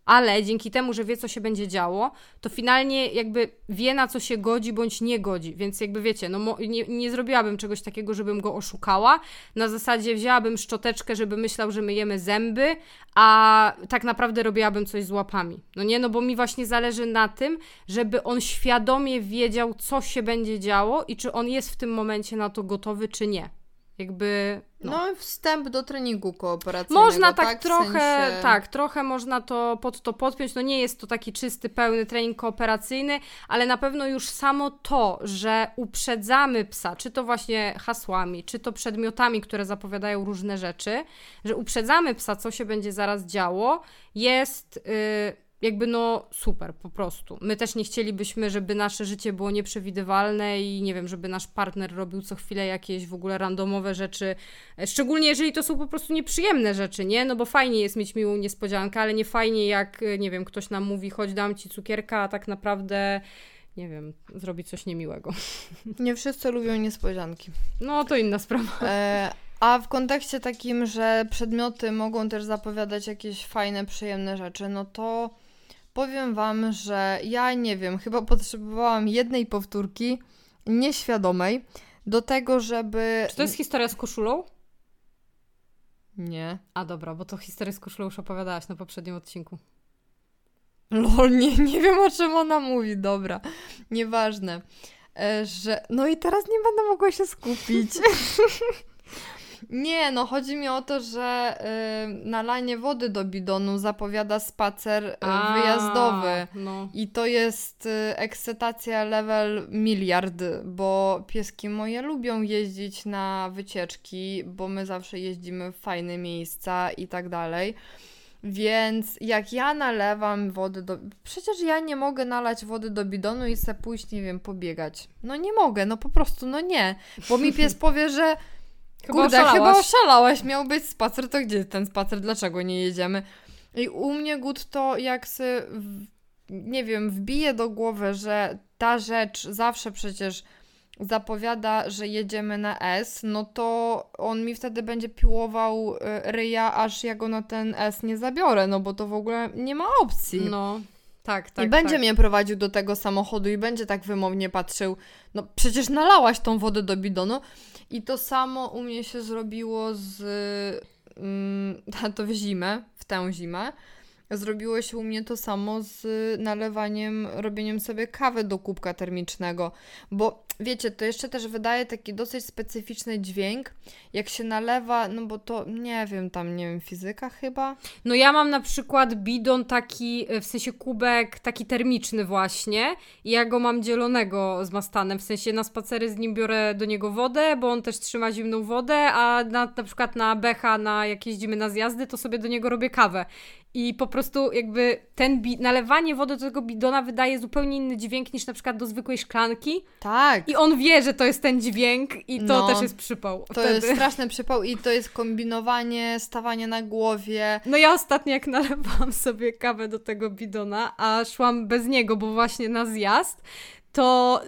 ale dzięki temu, że wie, co się będzie działo, to finalnie jakby wie, na co się godzi bądź nie godzi, więc jakby wiecie, no mo- nie, nie zrobiłabym czegoś takiego, żebym go oszukała, na zasadzie wzięłabym szczoteczkę, żeby myślał, że myjemy zęby, a tak naprawdę robiłabym coś z łapami, no nie, no bo mi właśnie zależy na tym, żeby on świadomie wiedział, co się będzie działo i czy on jest w tym momencie na to gotowy, czy nie. Jakby... No, no wstęp do treningu kooperacyjnego. Można tak, tak trochę, w sensie... tak, trochę można to pod to podpiąć. No nie jest to taki czysty, pełny trening kooperacyjny, ale na pewno już samo to, że uprzedzamy psa, czy to właśnie hasłami, czy to przedmiotami, które zapowiadają różne rzeczy, że uprzedzamy psa, co się będzie zaraz działo, jest... Yy, jakby no super, po prostu. My też nie chcielibyśmy, żeby nasze życie było nieprzewidywalne i nie wiem, żeby nasz partner robił co chwilę jakieś w ogóle randomowe rzeczy, szczególnie jeżeli to są po prostu nieprzyjemne rzeczy, nie? No bo fajnie jest mieć miłą niespodziankę, ale nie fajnie jak, nie wiem, ktoś nam mówi, chodź dam ci cukierka, a tak naprawdę, nie wiem, zrobi coś niemiłego. Nie wszyscy lubią niespodzianki. No to inna sprawa. E- A w kontekście takim, że przedmioty mogą też zapowiadać jakieś fajne, przyjemne rzeczy, no to powiem wam, że ja nie wiem, chyba potrzebowałam jednej powtórki nieświadomej do tego, żeby... Czy to jest historia z koszulą? Nie. A dobra, bo to historię z koszulą już opowiadałaś na poprzednim odcinku. Lol, nie, nie wiem, o czym ona mówi, dobra, nieważne. E, że... No i teraz nie będę mogła się skupić. Nie, no chodzi mi o to, że y, nalanie wody do bidonu zapowiada spacer y, A, wyjazdowy no. i to jest y, ekscytacja level miliard, bo pieski moje lubią jeździć na wycieczki, bo my zawsze jeździmy w fajne miejsca i tak dalej. Więc jak ja nalewam wody do... Przecież ja nie mogę nalać wody do bidonu i se pójść, nie wiem, pobiegać. No nie mogę, no po prostu, no nie. Bo mi pies powie, że Chyba kurde, oszalałaś. chyba oszalałaś, miał być spacer, to gdzie ten spacer, dlaczego nie jedziemy? I u mnie gut to jak se, w, nie wiem, wbije do głowy, że ta rzecz zawsze przecież zapowiada, że jedziemy na S, no to on mi wtedy będzie piłował ryja, aż ja go na ten S nie zabiorę, no bo to w ogóle nie ma opcji. No, tak, tak. I będzie tak. mnie prowadził do tego samochodu i będzie tak wymownie patrzył, no przecież nalałaś tą wodę do bidonu. I to samo u mnie się zrobiło z, mm, to w zimę, w tę zimę, zrobiło się u mnie to samo z nalewaniem, robieniem sobie kawy do kubka termicznego, bo wiecie, to jeszcze też wydaje taki dosyć specyficzny dźwięk, jak się nalewa, no bo to, nie wiem, tam, nie wiem, fizyka chyba? No ja mam na przykład bidon taki, w sensie kubek taki termiczny właśnie i ja go mam dzielonego z Mastanem, w sensie na spacery z nim biorę do niego wodę, bo on też trzyma zimną wodę, a na, na przykład na Becha, na jak jeździmy na zjazdy, to sobie do niego robię kawę. I po prostu jakby ten bi- nalewanie wody do tego bidona wydaje zupełnie inny dźwięk niż na przykład do zwykłej szklanki. Tak. I on wie, że to jest ten dźwięk i to No, też jest przypał. To wtedy. jest straszny przypał i to jest kombinowanie, stawanie na głowie. No ja ostatnio jak nalewałam sobie kawę do tego bidona, a szłam bez niego, bo właśnie na zjazd, to...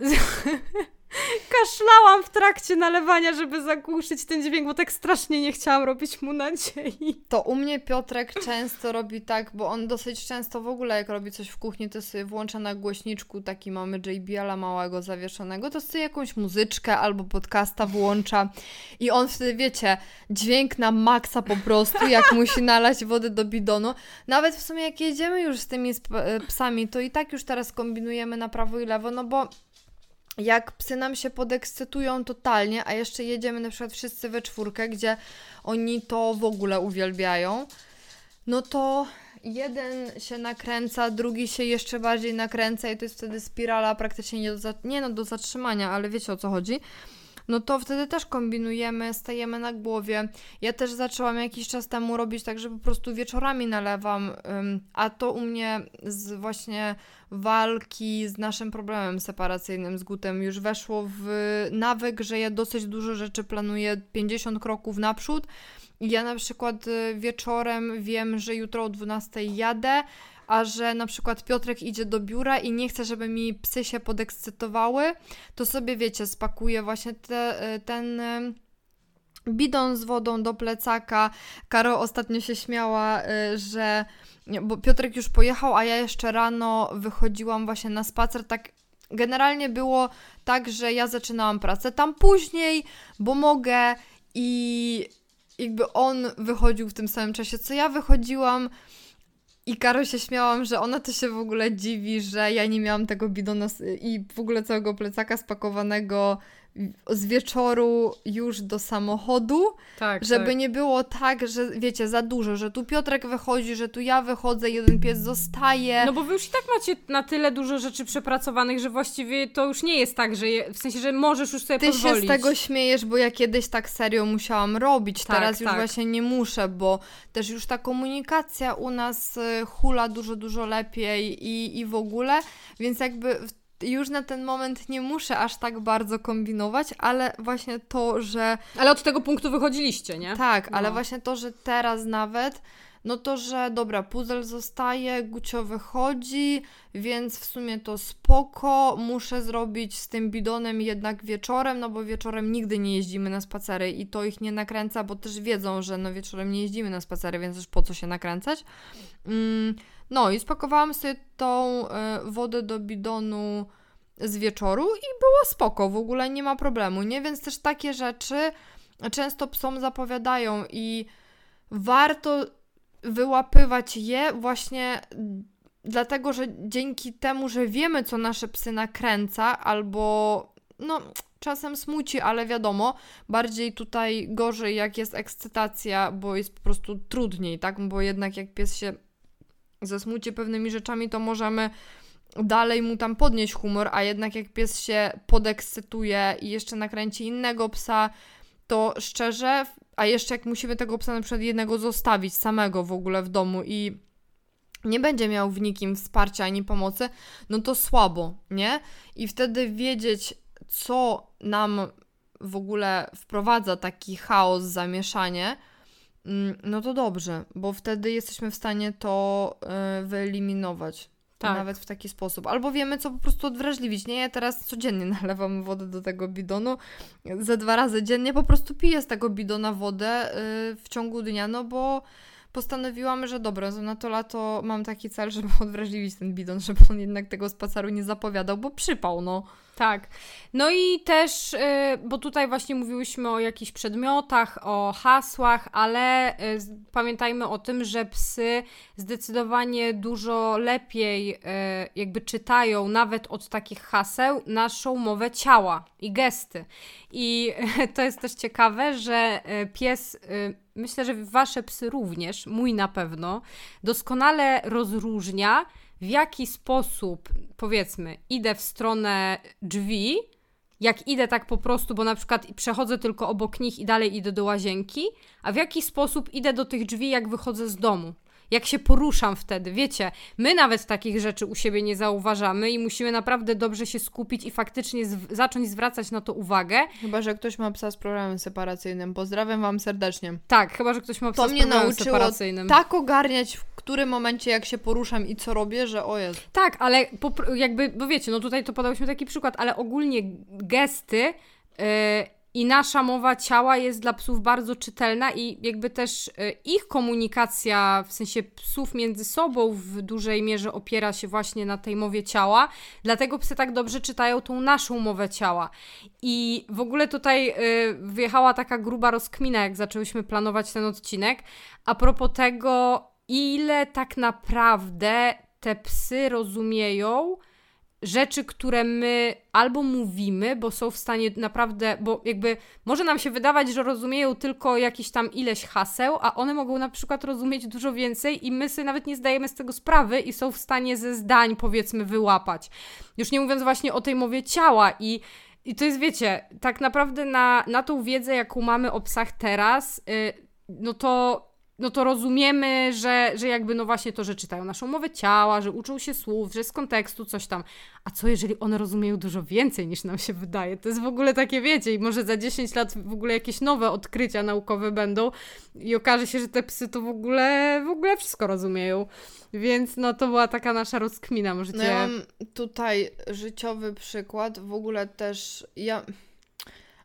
Kaszlałam w trakcie nalewania, żeby zagłuszyć ten dźwięk, bo tak strasznie nie chciałam robić mu nadziei. To u mnie Piotrek często robi tak, bo on dosyć często w ogóle jak robi coś w kuchni, to sobie włącza na głośniczku, taki mamy J B L-a małego zawieszonego, to sobie jakąś muzyczkę albo podcasta włącza i on wtedy, wiecie, dźwięk na maksa po prostu, jak musi nalać wody do bidonu. Nawet w sumie jak jedziemy już z tymi sp- psami, to i tak już teraz kombinujemy na prawo i lewo, no bo jak psy nam się podekscytują totalnie, a jeszcze jedziemy na przykład wszyscy we czwórkę, gdzie oni to w ogóle uwielbiają, no to jeden się nakręca, drugi się jeszcze bardziej nakręca i to jest wtedy spirala praktycznie nie do, za- nie no, do zatrzymania, ale wiecie o co chodzi. No to wtedy też kombinujemy, stajemy na głowie. Ja też zaczęłam jakiś czas temu robić tak, że po prostu wieczorami nalewam, ym, a to u mnie z właśnie walki z naszym problemem separacyjnym z Gutem już weszło w nawyk, że ja dosyć dużo rzeczy planuję pięćdziesiąt kroków naprzód. I ja na przykład wieczorem wiem, że jutro o dwunastej jadę, a że na przykład Piotrek idzie do biura i nie chce, żeby mi psy się podekscytowały, to sobie, wiecie, spakuję właśnie te, ten bidon z wodą do plecaka. Karo ostatnio się śmiała, że bo Piotrek już pojechał, a ja jeszcze rano wychodziłam właśnie na spacer. Tak generalnie było tak, że ja zaczynałam pracę tam później, bo mogę i jakby on wychodził w tym samym czasie, co ja wychodziłam. I Karo się śmiałam, że ona to się w ogóle dziwi, że ja nie miałam tego bidona i w ogóle całego plecaka spakowanego z wieczoru już do samochodu, tak, żeby tak. nie było tak, że wiecie, za dużo, że tu Piotrek wychodzi, że tu ja wychodzę, jeden pies zostaje. No bo wy już i tak macie na tyle dużo rzeczy przepracowanych, że właściwie to już nie jest tak, że je, w sensie, że możesz już sobie Ty pozwolić. Ty się z tego śmiejesz, bo ja kiedyś tak serio musiałam robić, tak, teraz już tak. właśnie nie muszę, bo też już ta komunikacja u nas hula dużo, dużo lepiej i, i w ogóle, więc jakby już na ten moment nie muszę aż tak bardzo kombinować, ale właśnie to, że... Ale od tego punktu wychodziliście, nie? Tak, no. ale właśnie to, że teraz nawet, no to, że dobra, puzzle zostaje, Gucio wychodzi, więc w sumie to spoko, muszę zrobić z tym bidonem jednak wieczorem, no bo wieczorem nigdy nie jeździmy na spacery i to ich nie nakręca, bo też wiedzą, że no wieczorem nie jeździmy na spacery, więc też po co się nakręcać. Mm, no i spakowałam sobie tą y, wodę do bidonu z wieczoru i było spoko, w ogóle nie ma problemu, nie? Więc też takie rzeczy często psom zapowiadają i warto wyłapywać je właśnie dlatego, że dzięki temu, że wiemy, co nasze psy nakręca albo no czasem smuci, ale wiadomo, bardziej tutaj gorzej jak jest ekscytacja, bo jest po prostu trudniej, tak? Bo jednak jak pies się zasmuci pewnymi rzeczami, to możemy dalej mu tam podnieść humor, a jednak jak pies się podekscytuje i jeszcze nakręci innego psa, to szczerze, a jeszcze jak musimy tego psa na przykład jednego zostawić samego w ogóle w domu i nie będzie miał w nikim wsparcia ani pomocy, no to słabo, nie? I wtedy wiedzieć, co nam w ogóle wprowadza taki chaos, zamieszanie, no to dobrze, bo wtedy jesteśmy w stanie to yy, wyeliminować. Tak. Nawet w taki sposób. Albo wiemy, co po prostu odwrażliwić. Nie, ja teraz codziennie nalewam wodę do tego bidonu. Ze dwa razy dziennie po prostu piję z tego bidona wodę yy, w ciągu dnia, no bo postanowiłam, że dobra, na to lato mam taki cel, żeby odwrażliwić ten bidon, żeby on jednak tego spaceru nie zapowiadał, bo przypał, no. Tak. No i też, yy, bo tutaj właśnie mówiłyśmy o jakichś przedmiotach, o hasłach, ale yy, pamiętajmy o tym, że psy zdecydowanie dużo lepiej yy, jakby czytają nawet od takich haseł naszą mowę ciała i gesty. I yy, to jest też ciekawe, że yy, pies, yy, myślę, że wasze psy również, mój na pewno, doskonale rozróżnia, w jaki sposób, powiedzmy, idę w stronę drzwi, jak idę tak po prostu, bo na przykład przechodzę tylko obok nich i dalej idę do łazienki, a w jaki sposób idę do tych drzwi, jak wychodzę z domu. Jak się poruszam wtedy, wiecie, my nawet takich rzeczy u siebie nie zauważamy i musimy naprawdę dobrze się skupić i faktycznie zw- zacząć zwracać na to uwagę. Chyba, że ktoś ma psa z problemem separacyjnym. Pozdrawiam wam serdecznie. Tak, chyba, że ktoś ma psa to z problemem mnie nauczyło separacyjnym. Tak ogarniać, w którym momencie jak się poruszam i co robię, że o Jezu. Tak, ale po, jakby, bo wiecie, no tutaj to podałyśmy taki przykład, ale ogólnie gesty yy, i nasza mowa ciała jest dla psów bardzo czytelna i jakby też y, ich komunikacja, w sensie psów między sobą w dużej mierze opiera się właśnie na tej mowie ciała, dlatego psy tak dobrze czytają tą naszą mowę ciała. I w ogóle tutaj y, wyjechała taka gruba rozkmina, jak zaczęłyśmy planować ten odcinek, a propos tego, ile tak naprawdę te psy rozumieją rzeczy, które my albo mówimy, bo są w stanie naprawdę, bo jakby może nam się wydawać, że rozumieją tylko jakieś tam ileś haseł, a one mogą na przykład rozumieć dużo więcej i my sobie nawet nie zdajemy z tego sprawy i są w stanie ze zdań, powiedzmy, wyłapać. Już nie mówiąc właśnie o tej mowie ciała i i to jest, wiecie, tak naprawdę na, na tą wiedzę, jaką mamy o psach teraz, yy, no to no to rozumiemy, że, że jakby no właśnie to, że czytają naszą mowę ciała, że uczą się słów, że z kontekstu coś tam. A co jeżeli one rozumieją dużo więcej niż nam się wydaje? To jest w ogóle takie, wiecie, i może za dziesięć lat w ogóle jakieś nowe odkrycia naukowe będą i okaże się, że te psy to w ogóle, w ogóle wszystko rozumieją. Więc no to była taka nasza rozkmina. Możecie... No ja mam tutaj życiowy przykład, w ogóle też ja...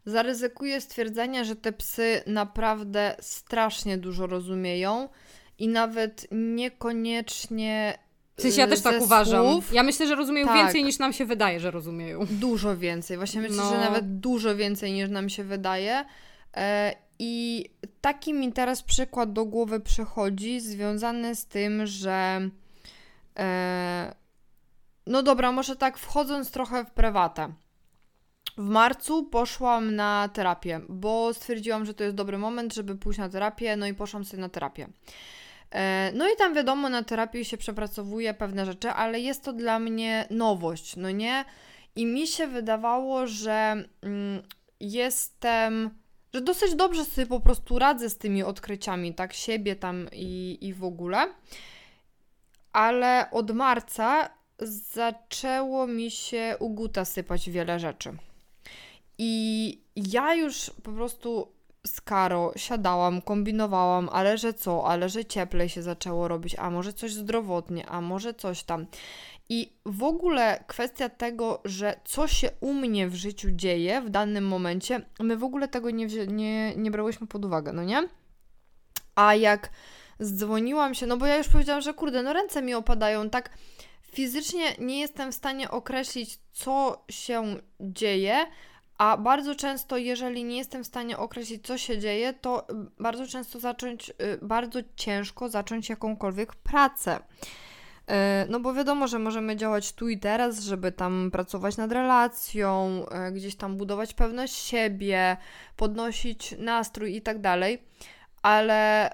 zaryzykuję stwierdzenie, że te psy naprawdę strasznie dużo rozumieją i nawet niekoniecznie W sensie ja też tak ze uważam. słów. Ja myślę, że rozumieją Tak. więcej niż nam się wydaje, że rozumieją. Dużo więcej. Właśnie myślę, No. że nawet dużo więcej niż nam się wydaje. E, I taki mi teraz przykład do głowy przychodzi, związany z tym, że e, no dobra, może tak wchodząc trochę w prywatę. W marcu poszłam na terapię, bo stwierdziłam, że to jest dobry moment, żeby pójść na terapię, no i poszłam sobie na terapię. E, No i tam wiadomo, na terapii się przepracowuje pewne rzeczy, ale jest to dla mnie nowość, no nie? I mi się wydawało, że mm, jestem, że dosyć dobrze sobie po prostu radzę z tymi odkryciami, tak, siebie tam i, i w ogóle. Ale od marca zaczęło mi się u guta sypać wiele rzeczy. I ja już po prostu z Karo siadałam, kombinowałam, ale że co, ale że cieplej się zaczęło robić, a może coś zdrowotnie, a może coś tam. I w ogóle kwestia tego, że co się u mnie w życiu dzieje w danym momencie, my w ogóle tego nie, wzi- nie, nie brałyśmy pod uwagę, no nie? A jak zdzwoniłam się, no bo ja już powiedziałam, że kurde, no ręce mi opadają, tak fizycznie nie jestem w stanie określić, co się dzieje, a bardzo często, jeżeli nie jestem w stanie określić, co się dzieje, to bardzo często zacząć, bardzo ciężko zacząć jakąkolwiek pracę. No bo wiadomo, że możemy działać tu i teraz, żeby tam pracować nad relacją, gdzieś tam budować pewność siebie, podnosić nastrój i tak dalej, ale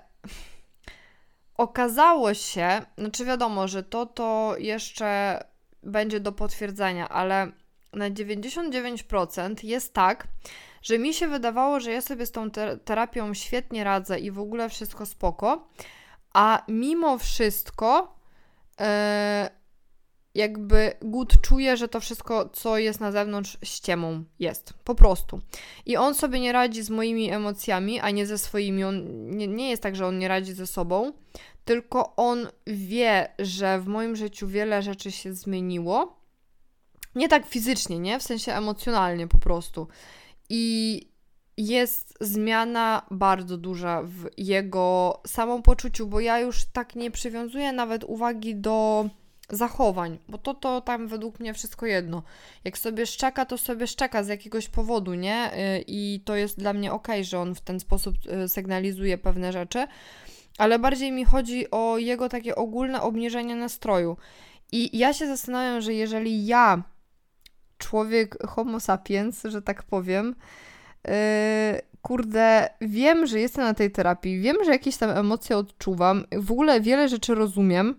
okazało się, znaczy wiadomo, że to to jeszcze będzie do potwierdzenia, ale na dziewięćdziesiąt dziewięć procent jest tak, że mi się wydawało, że ja sobie z tą te- terapią świetnie radzę i w ogóle wszystko spoko, a mimo wszystko e, jakby gut czuje, że to wszystko, co jest na zewnątrz, ściemą jest. Po prostu. I on sobie nie radzi z moimi emocjami, a nie ze swoimi. On nie, nie jest tak, że on nie radzi ze sobą, tylko on wie, że w moim życiu wiele rzeczy się zmieniło. Nie tak fizycznie, nie? W sensie emocjonalnie po prostu. I jest zmiana bardzo duża w jego samopoczuciu, bo ja już tak nie przywiązuję nawet uwagi do zachowań, bo to to tam według mnie wszystko jedno. Jak sobie szczeka, to sobie szczeka z jakiegoś powodu, nie? I to jest dla mnie okej, że on w ten sposób sygnalizuje pewne rzeczy, ale bardziej mi chodzi o jego takie ogólne obniżenie nastroju. I ja się zastanawiam, że jeżeli ja, człowiek homo sapiens, że tak powiem, yy, kurde, wiem, że jestem na tej terapii, wiem, że jakieś tam emocje odczuwam, w ogóle wiele rzeczy rozumiem,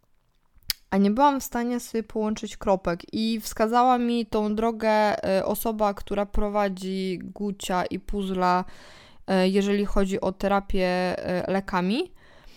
a nie byłam w stanie sobie połączyć kropek i wskazała mi tą drogę y, osoba, która prowadzi Gucia i Puzzla, y, jeżeli chodzi o terapię y, lekami,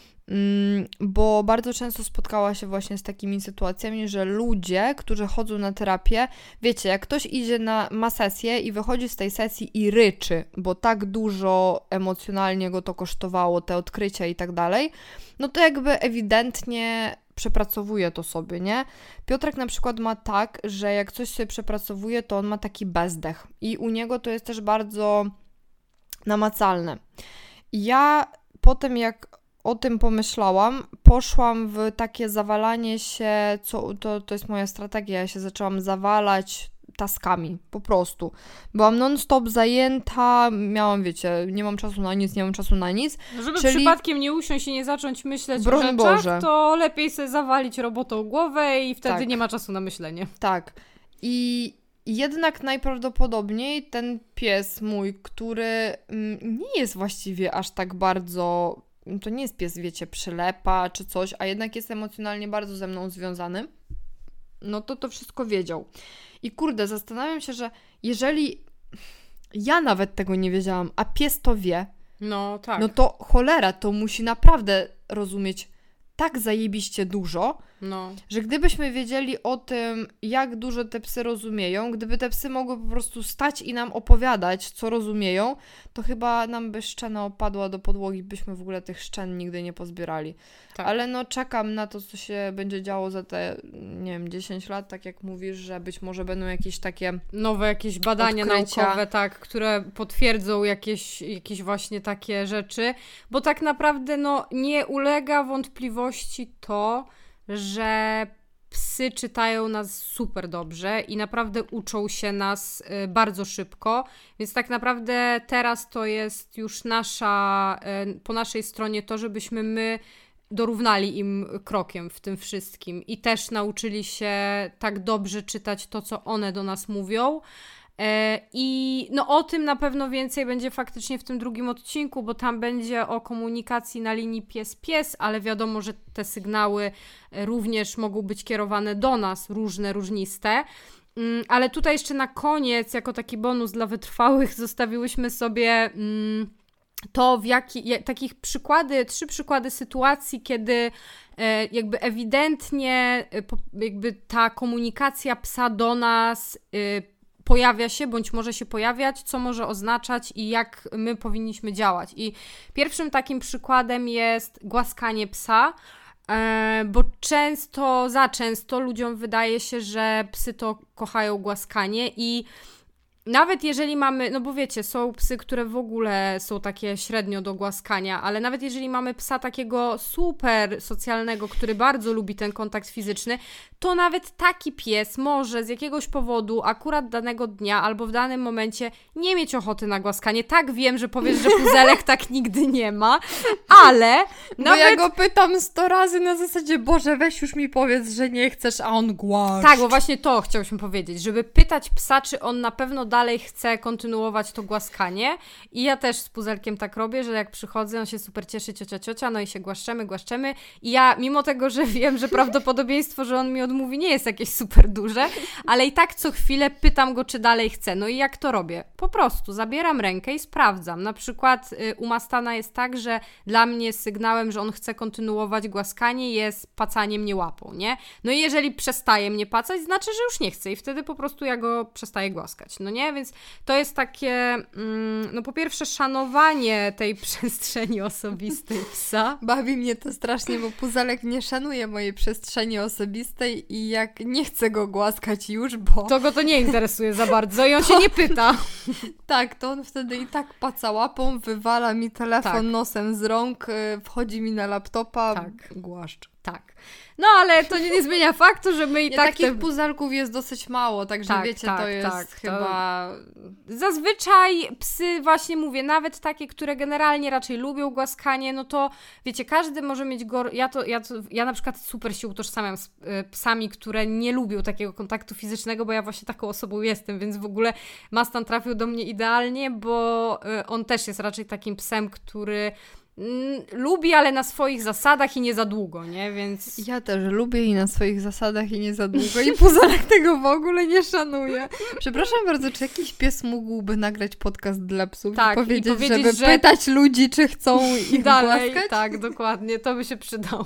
bo bardzo często spotkała się właśnie z takimi sytuacjami, że ludzie, którzy chodzą na terapię, wiecie, jak ktoś idzie na, ma sesję i wychodzi z tej sesji i ryczy, bo tak dużo emocjonalnie go to kosztowało, te odkrycia i tak dalej, no to jakby ewidentnie przepracowuje to sobie, nie? Piotrek na przykład ma tak, że jak coś sobie przepracowuje, to on ma taki bezdech i u niego to jest też bardzo namacalne. Ja potem jak o tym pomyślałam, poszłam w takie zawalanie się, co, to, to jest moja strategia, ja się zaczęłam zawalać taskami, po prostu. Byłam non-stop zajęta, miałam, wiecie, nie mam czasu na nic, nie mam czasu na nic. Żeby czyli... przypadkiem nie usiąść i nie zacząć myśleć Broń o rzeczach, Boże. to lepiej sobie zawalić robotą głowę i wtedy tak. nie ma czasu na myślenie. Tak. I jednak najprawdopodobniej ten pies mój, który nie jest właściwie aż tak bardzo... To nie jest pies, wiecie, przylepa czy coś, a jednak jest emocjonalnie bardzo ze mną związany, no to to wszystko wiedział. I kurde, zastanawiam się, że jeżeli ja nawet tego nie wiedziałam, a pies to wie, no tak. No to cholera, to musi naprawdę rozumieć tak zajebiście dużo, No. Że gdybyśmy wiedzieli o tym, jak dużo te psy rozumieją, gdyby te psy mogły po prostu stać i nam opowiadać, co rozumieją, to chyba nam by szczena opadła do podłogi, byśmy w ogóle tych szczen nigdy nie pozbierali. Tak. Ale no czekam na to, co się będzie działo za te, nie wiem, dziesięć lat, tak jak mówisz, że być może będą jakieś takie nowe jakieś badania odkrycia. naukowe, tak, które potwierdzą jakieś, jakieś właśnie takie rzeczy, bo tak naprawdę no nie ulega wątpliwości to, że psy czytają nas super dobrze i naprawdę uczą się nas y, bardzo szybko, więc tak naprawdę teraz to jest już nasza, y, po naszej stronie to, żebyśmy my dorównali im krokiem w tym wszystkim i też nauczyli się tak dobrze czytać to, co one do nas mówią. I no o tym na pewno więcej będzie faktycznie w tym drugim odcinku, bo tam będzie o komunikacji na linii pies-pies, ale wiadomo, że te sygnały również mogą być kierowane do nas, różne, różniste. Ale tutaj jeszcze na koniec, jako taki bonus dla wytrwałych, zostawiłyśmy sobie to, w jaki, takich przykłady, trzy przykłady sytuacji, kiedy jakby ewidentnie jakby ta komunikacja psa do nas pojawia się, bądź może się pojawiać, co może oznaczać i jak my powinniśmy działać. I pierwszym takim przykładem jest głaskanie psa, bo często, za często ludziom wydaje się, że psy to kochają głaskanie i nawet jeżeli mamy, no bo wiecie, są psy, które w ogóle są takie średnio do głaskania, ale nawet jeżeli mamy psa takiego super socjalnego, który bardzo lubi ten kontakt fizyczny, to nawet taki pies może z jakiegoś powodu akurat danego dnia albo w danym momencie nie mieć ochoty na głaskanie. Tak, wiem, że powiesz, że puzelek tak nigdy nie ma, ale bo nawet... ja go pytam sto razy na zasadzie, Boże, weź już mi powiedz, że nie chcesz, a on głaszcz. Tak, bo właśnie to chciałyśmy powiedzieć, żeby pytać psa, czy on na pewno dalej chce kontynuować to głaskanie i ja też z puzelkiem tak robię, że jak przychodzę, on się super cieszy, ciocia, ciocia, no i się głaszczemy, głaszczemy i ja, mimo tego, że wiem, że prawdopodobieństwo, że on mi odmówi, nie jest jakieś super duże, ale i tak co chwilę pytam go, czy dalej chce. No i jak to robię? Po prostu zabieram rękę i sprawdzam. Na przykład y, u Mastana jest tak, że dla mnie sygnałem, że on chce kontynuować głaskanie, jest pacanie mnie łapą, nie? No i jeżeli przestaje mnie pacać, znaczy, że już nie chce i wtedy po prostu ja go przestaję głaskać, no nie? Więc to jest takie, mm, no po pierwsze szanowanie tej przestrzeni osobistej psa. Bawi mnie to strasznie, bo puzelek nie szanuje mojej przestrzeni osobistej i jak nie chce go głaskać już, bo... To go to nie interesuje za bardzo i on to... się nie pyta. Tak, to on wtedy i tak paca łapą, wywala mi telefon tak. nosem z rąk, wchodzi mi na laptopa, tak. głaszcz. Tak. No, ale to nie, nie zmienia faktu, że my i nie, tak... Takich te... puzelków jest dosyć mało, także tak, wiecie, tak, to jest tak, chyba... To... Zazwyczaj psy, właśnie mówię, nawet takie, które generalnie raczej lubią głaskanie, no to wiecie, każdy może mieć... Gor... Ja, to, ja, to, ja na przykład super się utożsamiam z y, psami, które nie lubią takiego kontaktu fizycznego, bo ja właśnie taką osobą jestem, więc w ogóle Mastan trafił do mnie idealnie, bo y, on też jest raczej takim psem, który... lubi, ale na swoich zasadach i nie za długo, nie? Więc... Ja też lubię i na swoich zasadach i nie za długo i puzelek tego w ogóle nie szanuje. Przepraszam bardzo, czy jakiś pies mógłby nagrać podcast dla psów tak, i powiedzieć, i powiedzieć żeby że... pytać ludzi, czy chcą ich dalej, głaskać? Tak, dokładnie, to by się przydało.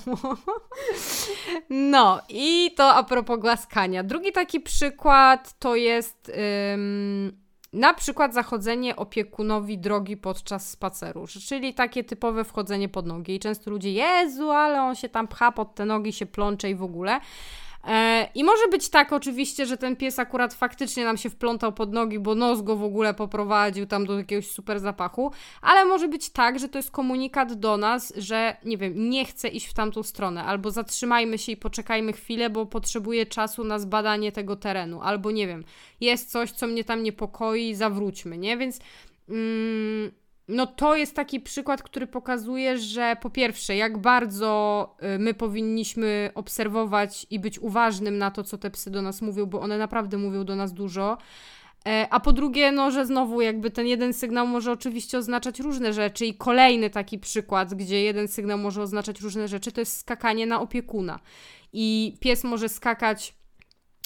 No i to a propos głaskania. Drugi taki przykład to jest... Ym... Na przykład zachodzenie opiekunowi drogi podczas spaceru, czyli takie typowe wchodzenie pod nogi. I często ludzie, Jezu, ale on się tam pcha pod te nogi, się plącze i w ogóle. E, I może być tak oczywiście, że ten pies akurat faktycznie nam się wplątał pod nogi, bo nos go w ogóle poprowadził tam do jakiegoś super zapachu, ale może być tak, że to jest komunikat do nas, że nie wiem, nie chce iść w tamtą stronę, albo zatrzymajmy się i poczekajmy chwilę, bo potrzebuję czasu na zbadanie tego terenu, albo nie wiem, jest coś, co mnie tam niepokoi, zawróćmy, nie? Więc... Mm, no to jest taki przykład, który pokazuje, że po pierwsze, jak bardzo my powinniśmy obserwować i być uważnym na to, co te psy do nas mówią, bo one naprawdę mówią do nas dużo, a po drugie, no, że znowu jakby ten jeden sygnał może oczywiście oznaczać różne rzeczy i kolejny taki przykład, gdzie jeden sygnał może oznaczać różne rzeczy, to jest skakanie na opiekuna i pies może skakać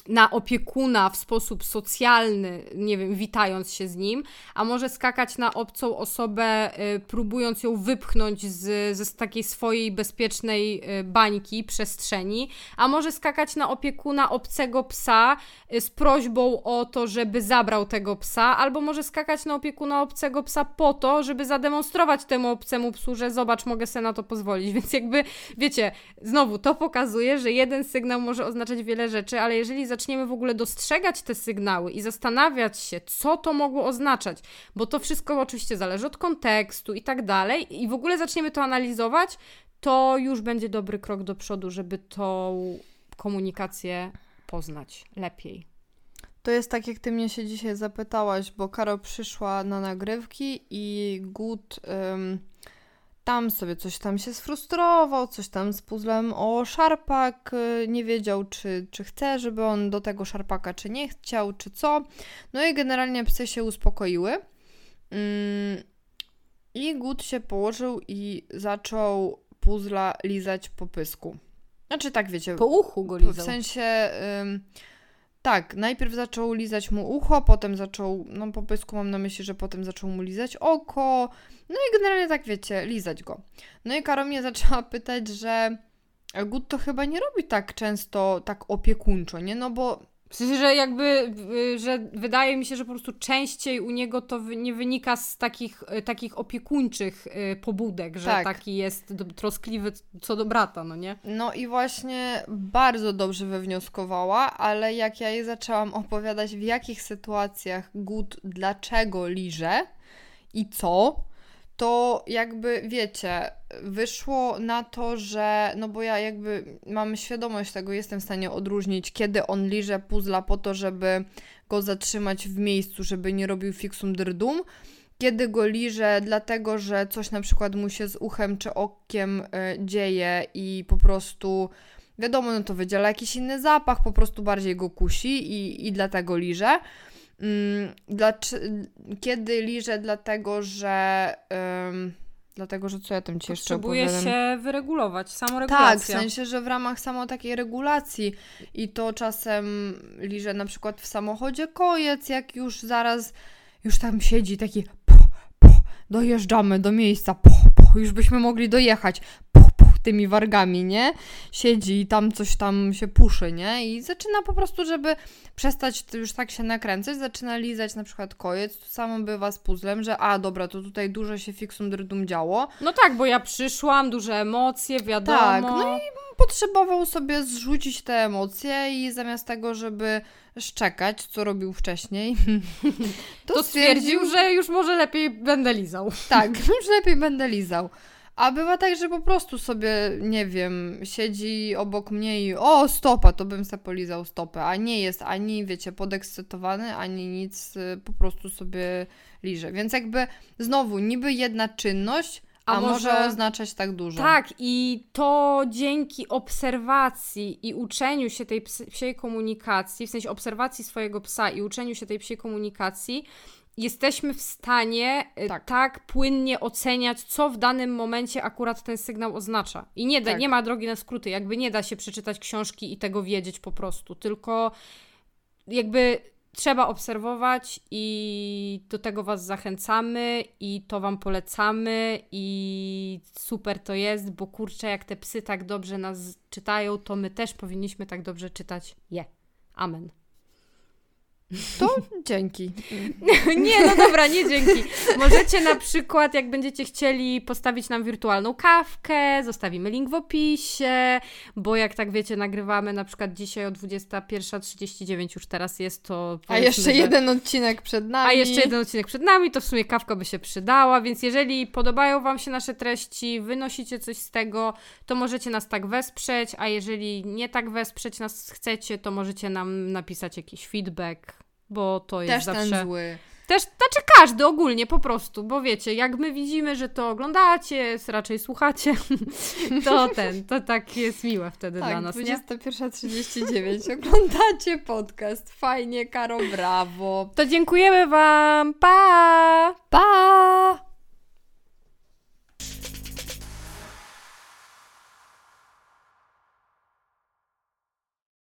na opiekuna w sposób socjalny, nie wiem, witając się z nim, a może skakać na obcą osobę, y, próbując ją wypchnąć z, z takiej swojej bezpiecznej y, bańki, przestrzeni, a może skakać na opiekuna obcego psa y, z prośbą o to, żeby zabrał tego psa, albo może skakać na opiekuna obcego psa po to, żeby zademonstrować temu obcemu psu, że zobacz, mogę sobie na to pozwolić, więc jakby, wiecie, znowu to pokazuje, że jeden sygnał może oznaczać wiele rzeczy, ale jeżeli zaczniemy w ogóle dostrzegać te sygnały i zastanawiać się, co to mogło oznaczać, bo to wszystko oczywiście zależy od kontekstu i tak dalej, i w ogóle zaczniemy to analizować, to już będzie dobry krok do przodu, żeby tą komunikację poznać lepiej. To jest tak, jak ty mnie się dzisiaj zapytałaś, bo Karo przyszła na nagrywki i Gut ym, tam sobie coś tam się sfrustrował, coś tam z puzzlem o szarpak, y, nie wiedział, czy, czy chce, żeby on do tego szarpaka, czy nie chciał, czy co. No i generalnie psy się uspokoiły. Ym, I Gut się położył i zaczął puzzla lizać po pysku. Znaczy tak, wiecie... Po uchu go lizał. W sensie... Ym, Tak, najpierw zaczął lizać mu ucho, potem zaczął, no po pysku mam na myśli, że potem zaczął mu lizać oko, no i generalnie tak wiecie, lizać go. No i Karo mnie zaczęła pytać, że Gut to chyba nie robi tak często, tak opiekuńczo, nie? No bo... W sensie, że jakby, że wydaje mi się, że po prostu częściej u niego to nie wynika z takich, takich opiekuńczych pobudek, że tak. taki jest troskliwy co do brata, no nie? No i właśnie bardzo dobrze wywnioskowała, ale jak ja jej zaczęłam opowiadać, w jakich sytuacjach Gut dlaczego liże i co, to jakby, wiecie, wyszło na to, że, no bo ja jakby mam świadomość tego, jestem w stanie odróżnić, kiedy on liże puzzla po to, żeby go zatrzymać w miejscu, żeby nie robił fixum dyrdum, kiedy go liże dlatego, że coś na przykład mu się z uchem czy okiem y, dzieje i po prostu, wiadomo, no to wydziela jakiś inny zapach, po prostu bardziej go kusi i, i dlatego liże. Mm, dlac- kiedy liżę, dlatego, że ym, dlatego, że co ja tam ci jeszcze Potrzebuje opowiadam? się wyregulować, samoregulacja. Tak, w sensie, że w ramach samo takiej regulacji i to czasem liżę na przykład w samochodzie kojec, jak już zaraz już tam siedzi taki po, po, dojeżdżamy do miejsca, po, po, już byśmy mogli dojechać, po, po, tymi wargami, nie? Siedzi i tam coś tam się puszy, nie? I zaczyna po prostu, żeby przestać już tak się nakręcać, zaczyna lizać na przykład kojec, to samo bywa z puzzlem, że a dobra, to tutaj dużo się fixum dyrdum działo. No tak, bo ja przyszłam, duże emocje, wiadomo. Tak, no i potrzebował sobie zrzucić te emocje i zamiast tego, żeby szczekać, co robił wcześniej, to, to stwierdził, stwierdził, że już może lepiej będę lizał. Tak, już lepiej będę lizał. A bywa tak, że po prostu sobie, nie wiem, siedzi obok mnie i o, stopa, to bym sobie polizał stopę, a nie jest ani, wiecie, podekscytowany, ani nic, po prostu sobie liże. Więc jakby znowu, niby jedna czynność, a, a może... może oznaczać tak dużo. Tak, i to dzięki obserwacji i uczeniu się tej psiej komunikacji, w sensie obserwacji swojego psa i uczeniu się tej psiej komunikacji, jesteśmy w stanie tak. tak płynnie oceniać, co w danym momencie akurat ten sygnał oznacza. I nie da, tak. nie ma drogi na skróty, jakby nie da się przeczytać książki i tego wiedzieć po prostu, tylko jakby trzeba obserwować i do tego Was zachęcamy i to Wam polecamy i super to jest, bo kurczę, jak te psy tak dobrze nas czytają, to my też powinniśmy tak dobrze czytać je. Amen. To dzięki. Nie, no dobra, nie dzięki. Możecie na przykład, jak będziecie chcieli postawić nam wirtualną kawkę, zostawimy link w opisie, bo jak tak wiecie, nagrywamy na przykład dzisiaj o dwudziesta pierwsza trzydzieści dziewięć, już teraz jest to... A jeszcze że... jeden odcinek przed nami. A jeszcze jeden odcinek przed nami, to w sumie kawka by się przydała, więc jeżeli podobają Wam się nasze treści, wynosicie coś z tego, to możecie nas tak wesprzeć, a jeżeli nie tak wesprzeć nas chcecie, to możecie nam napisać jakiś feedback, bo to jest też zawsze... ten zły. Też, znaczy każdy ogólnie po prostu, bo wiecie, jak my widzimy, że to oglądacie, raczej słuchacie, to ten, to tak jest miłe wtedy tak, dla nas, dwudziesta pierwsza trzydzieści dziewięć, oglądacie podcast, fajnie, Karo, brawo. To dziękujemy Wam, pa! Pa!